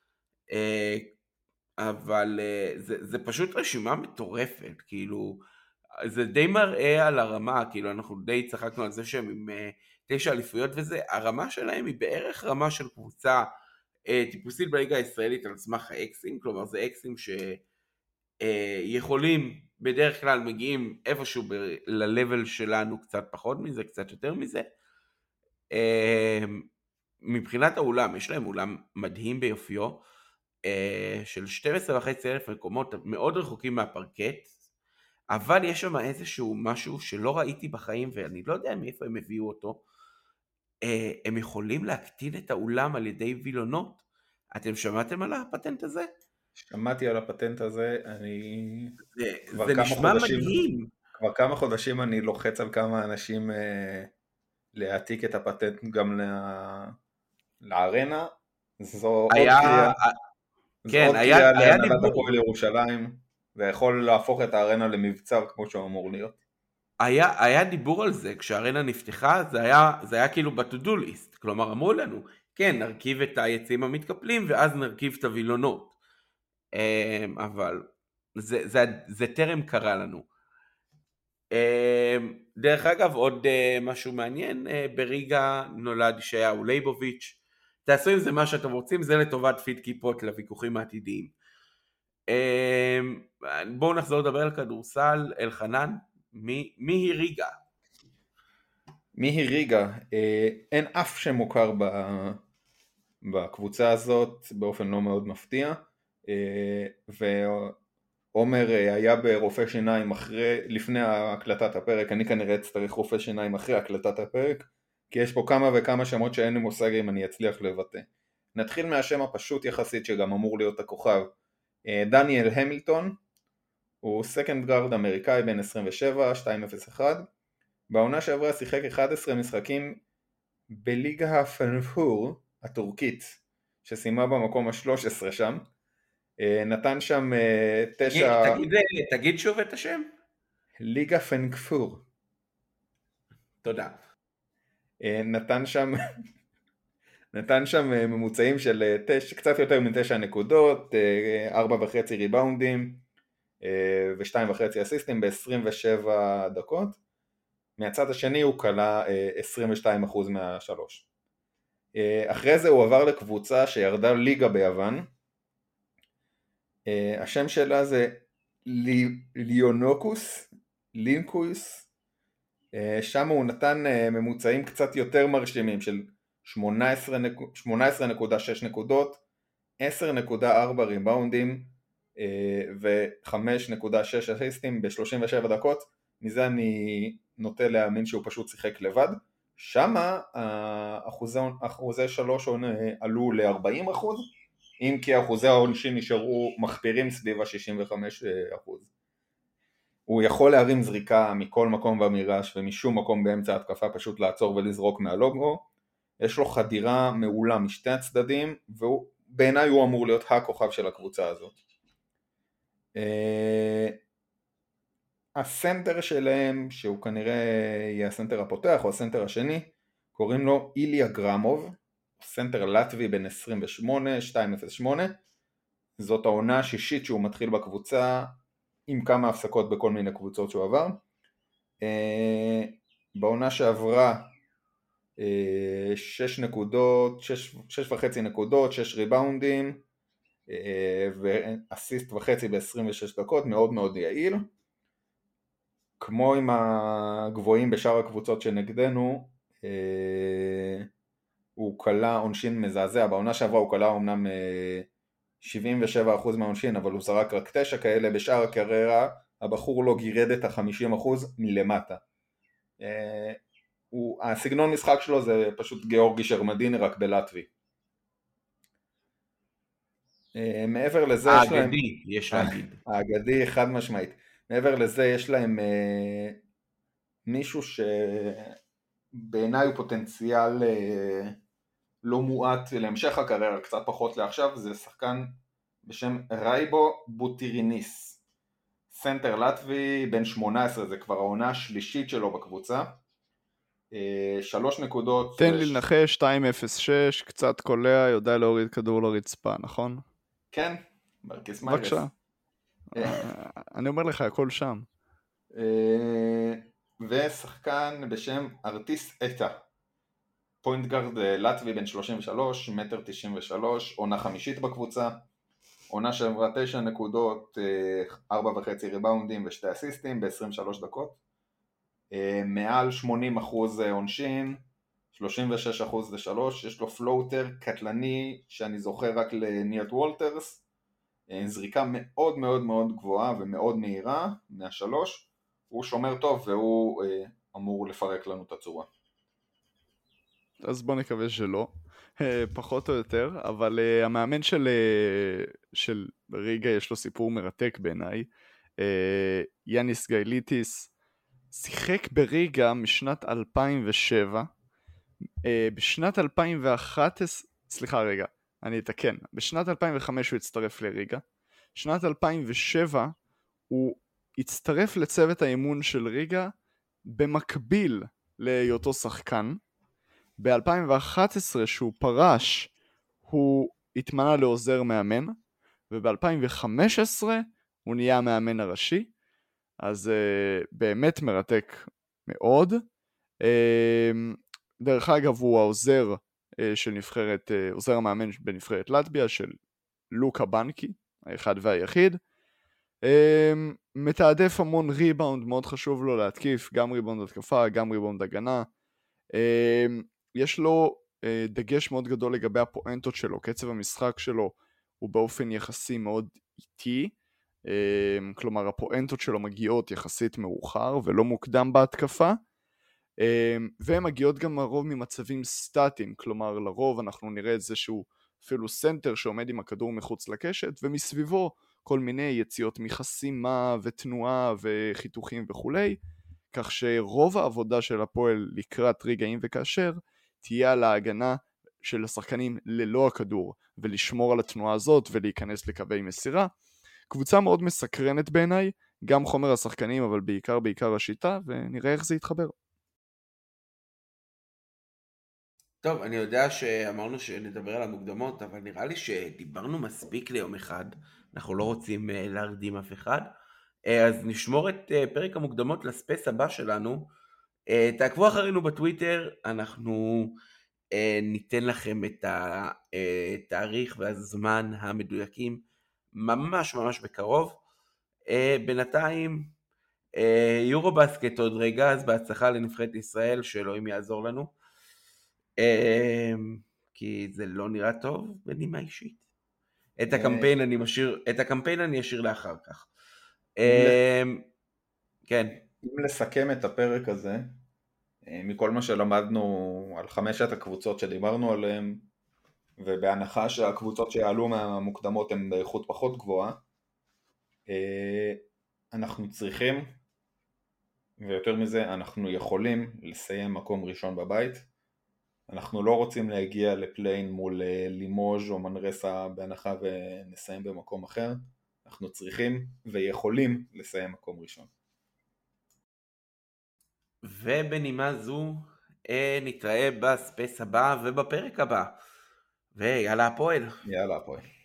אבל זה פשוט רשימה מטורפת, כאילו, זה די מראה על הרמה, כאילו, אנחנו די צחקנו על זה שהם עם 9 אליפויות וזה, הרמה שלהם היא בערך רמה של קבוצה טיפוסית בליגה הישראלית על סמך האקסים, כלומר זה אקסים שיכולים, בדרך כלל מגיעים איפשהו ללבל שלנו, קצת פחות מזה, קצת יותר מזה. מבחינת האולם, יש להם אולם מדהים ביופיו, של 12,500 מקומות, מאוד רחוקים מהפרקט, אבל יש שם איזשהו משהו שלא ראיתי בחיים, ואני לא יודע מאיפה הם הביאו אותו. הם יכולים להקטין את האולם על ידי וילונות. אתם שמעתם על הפטנט הזה? שמעתי על הפטנט הזה, זה נשמע מדהים. כבר כמה חודשים אני לוחץ על כמה אנשים להעתיק את הפטנט גם לארנה. זו עוד קריאה להנהלת הפועל ירושלים, ויכול להפוך את הארנה למבצר כמו שהוא אמור להיות. היה דיבור על זה, כשהארנה נפתחה, זה היה כאילו ב-to-do list, כלומר אמרו לנו, כן, נרכיב את היציאים המתקפלים, ואז נרכיב את הווילונות. אבל זה טרם קרה לנו. דרך אגב, עוד משהו מעניין, בריגה נולד ישעיהו ליבוביץ'. תעשו עם זה מה שאתם רוצים, זה לטובת פיד כיפות לוויכוחים העתידיים. בואו נחזור לדבר על כדורסל. אלחנן, מי היא ריגה? מי היא ריגה? אין אף שמוכר בקבוצה הזאת, באופן לא מאוד מפתיע, ועומר היה ברופא שיניים לפני הקלטת הפרק. אני כנראה אצטרך רופא שיניים אחרי הקלטת הפרק, כי יש פה כמה וכמה שמות שאין לי מושג אם אני אצליח לבטא. נתחיל מהשם הפשוט יחסית שגם אמור להיות הכוכב, דניאל המילטון. הוא סקנד גארד אמריקאי בן 27, 201. בעונה שעברה שיחק 11 משחקים בליגה הפנפור הטורקית, שסיימה במקום ה-13 שם. נתן שם 9... תגיד שוב את השם. ליגה פנפור. תודה. נתן שם ממוצעים של קצת יותר מ9 נקודות, 4.5 ריבאונדים ו2.5 אסיסטים ב-27 דקות. מהצד השני הוא קלה 22% מהשלוש. אחרי זה הוא עבר לקבוצה שירדה ליגה ביוון. השם שלה זה לינקוס. שם הוא נתן ממוצעים קצת יותר מרשימים של 18.6 נקודות, 10.4 ריבאונדים ו5.6 אסיסטים ב-37 דקות. מזה אני נוטה להאמין שהוא פשוט שיחק לבד. שמה אחוזי שלוש עלו ל-40%, אם כי אחוזי העונשין נשארו מחפירים סביב ה-65%. הוא יכול להרים זריקה מכל מקום במגרש ומשום מקום באמצע התקפה, פשוט לעצור ולזרוק מהלוגו. יש לו חדירה מעולה משתי הצדדים, ובעיניי הוא אמור להיות הכוכב של הקבוצה הזאת. הסנטר שלהם, שהוא כנראה יהיה הסנטר הפותח או הסנטר השני, קוראים לו איליה גרמוב, סנטר לטבי בן 28, 208. זאת העונה השישית שהוא מתחיל בקבוצה, עם כמה הפסקות בכל מיני קבוצות שהוא עבר. בעונה שעברה 6 נקודות, 6.5 נקודות, 6 ריבאונדים ואסיסט וחצי ב-26 דקות, מאוד מאוד יעיל. כמו עם הגבוהים בשאר הקבוצות שנגדנו, הוא קלה עונשין מזעזע. בעונה שעברה הוא קלה אמנם 77% מהעונשין, אבל הוא זרק רק 9 כאלה. בשאר הקריירה הבחור לא גירד את ה-50% מלמטה. הסגנון משחק שלו זה פשוט גיאורגי שרמדיני רק בלטבי. מעבר לזה יש להגיד. האגדי חד משמעית. מעבר לזה יש להם מישהו שבעיניי הוא פוטנציאל לא מועט להמשך הקריירה, קצת פחות לעכשיו. זה שחקן בשם רייבו בוטיריניס, סנטר לטבי בן 18, זה כבר העונה השלישית שלו בקבוצה. 3 נקודות. תן לי לנחש, 2.06, קצת קולע, יודע להוריד כדור לרצפה, נכון? כן, מרקיס מיירס. בבקשה. אני אומר לך, הכל שם. ושחקן בשם ארטיס אטה, פוינט גארד לטבי בן 33, 1.93 מטר, עונה חמישית בקבוצה, עונה שעברה 9 נקודות, 4.5 ריבאונדים ו2 אסיסטים ב-23 דקות, מעל 80% עונשין, 36% ל-3, יש לו פלוטר קטלני שאני זוכר רק לניאט וולטרס, זריקה מאוד מאוד מאוד גבוהה ומאוד מהירה מהשלוש, הוא שומר טוב והוא אמור לפרק לנו את הצורה. אז בוא נקווה שלא, פחות או יותר, אבל המאמן של ריגה יש לו סיפור מרתק בעיניי. יאניס גייליטיס שיחק בריגה משנת 2007, בשנת 2011, סליחה רגע, אני אתקן, בשנת 2005 הוא הצטרף לריגה, שנת 2007 הוא הצטרף לצוות האימון של ריגה במקביל להיותו שחקן. ב-2011 שהוא פרש הוא התמנה לעוזר מאמן, וב-2015 הוא נהיה המאמן הראשי, אז באמת מרתק מאוד. דרך אגב הוא העוזר של נבחרת, עוזר המאמן בנבחרת לטביה של לוקה בנקי, האחד והיחיד. מתעדף המון ריבאונד, מאוד חשוב לו להתקיף, גם ריבאונד התקפה, גם ריבאונד הגנה. יש לו דגש מאוד גדול לגבי הפואנטות שלו, קצב המשחק שלו הוא באופן יחסי מאוד איטי, כלומר הפואנטות שלו מגיעות יחסית מאוחר ולא מוקדם בהתקפה, והן מגיעות גם לרוב ממצבים סטטיים, כלומר לרוב אנחנו נראה איזשהו אפילו סנטר שעומד עם הכדור מחוץ לקשת, ומסביבו כל מיני יציאות מחסימה ותנועה וחיתוכים וכולי, כך שרוב העבודה של הפועל לקראת רגעים וכאשר תהיה על ההגנה של השחקנים ללא הכדור, ולשמור על התנועה הזאת ולהיכנס לקווי מסירה. קבוצה מאוד מסקרנת בעיניי, גם חומר השחקנים אבל בעיקר השיטה, ונראה איך זה יתחבר. טוב, אני יודע שאמרנו שנדבר על המוקדמות, אבל נראה לי שדיברנו מספיק ליום אחד, אנחנו לא רוצים להרדים אף אחד, אז נשמור את פרק המוקדמות לספייס הבא שלנו. תעקבו אחרינו בטוויטר, אנחנו ניתן לכם את התאריך והזמן המדויקים ממש ממש בקרוב. בינתיים יורובסקט עוד רגע, אז בהצלחה לנבחרת ישראל, שאלוהים יעזור לנו, כי זה לא נראה טוב בנימה אישית. את הקמפיין אני אשאיר לאחר כך. כן. אם לסכם את הפרק הזה, מכל מה שלמדנו על 5 הקבוצות שדיברנו עליהן, ובהנחה שהקבוצות שיעלו מהמוקדמות הן באיכות פחות גבוהה, אנחנו צריכים, ויותר מזה אנחנו יכולים לסיים מקום ראשון בבית. אנחנו לא רוצים להגיע לפליין מול לימוז' או מנרסה בהנחה ונסיים במקום אחר. אנחנו צריכים ויכולים לסיים מקום ראשון. ובנימה זו נתראה בספייס הבא ובפרק הבא. ויאללה הפועל. יאללה הפועל.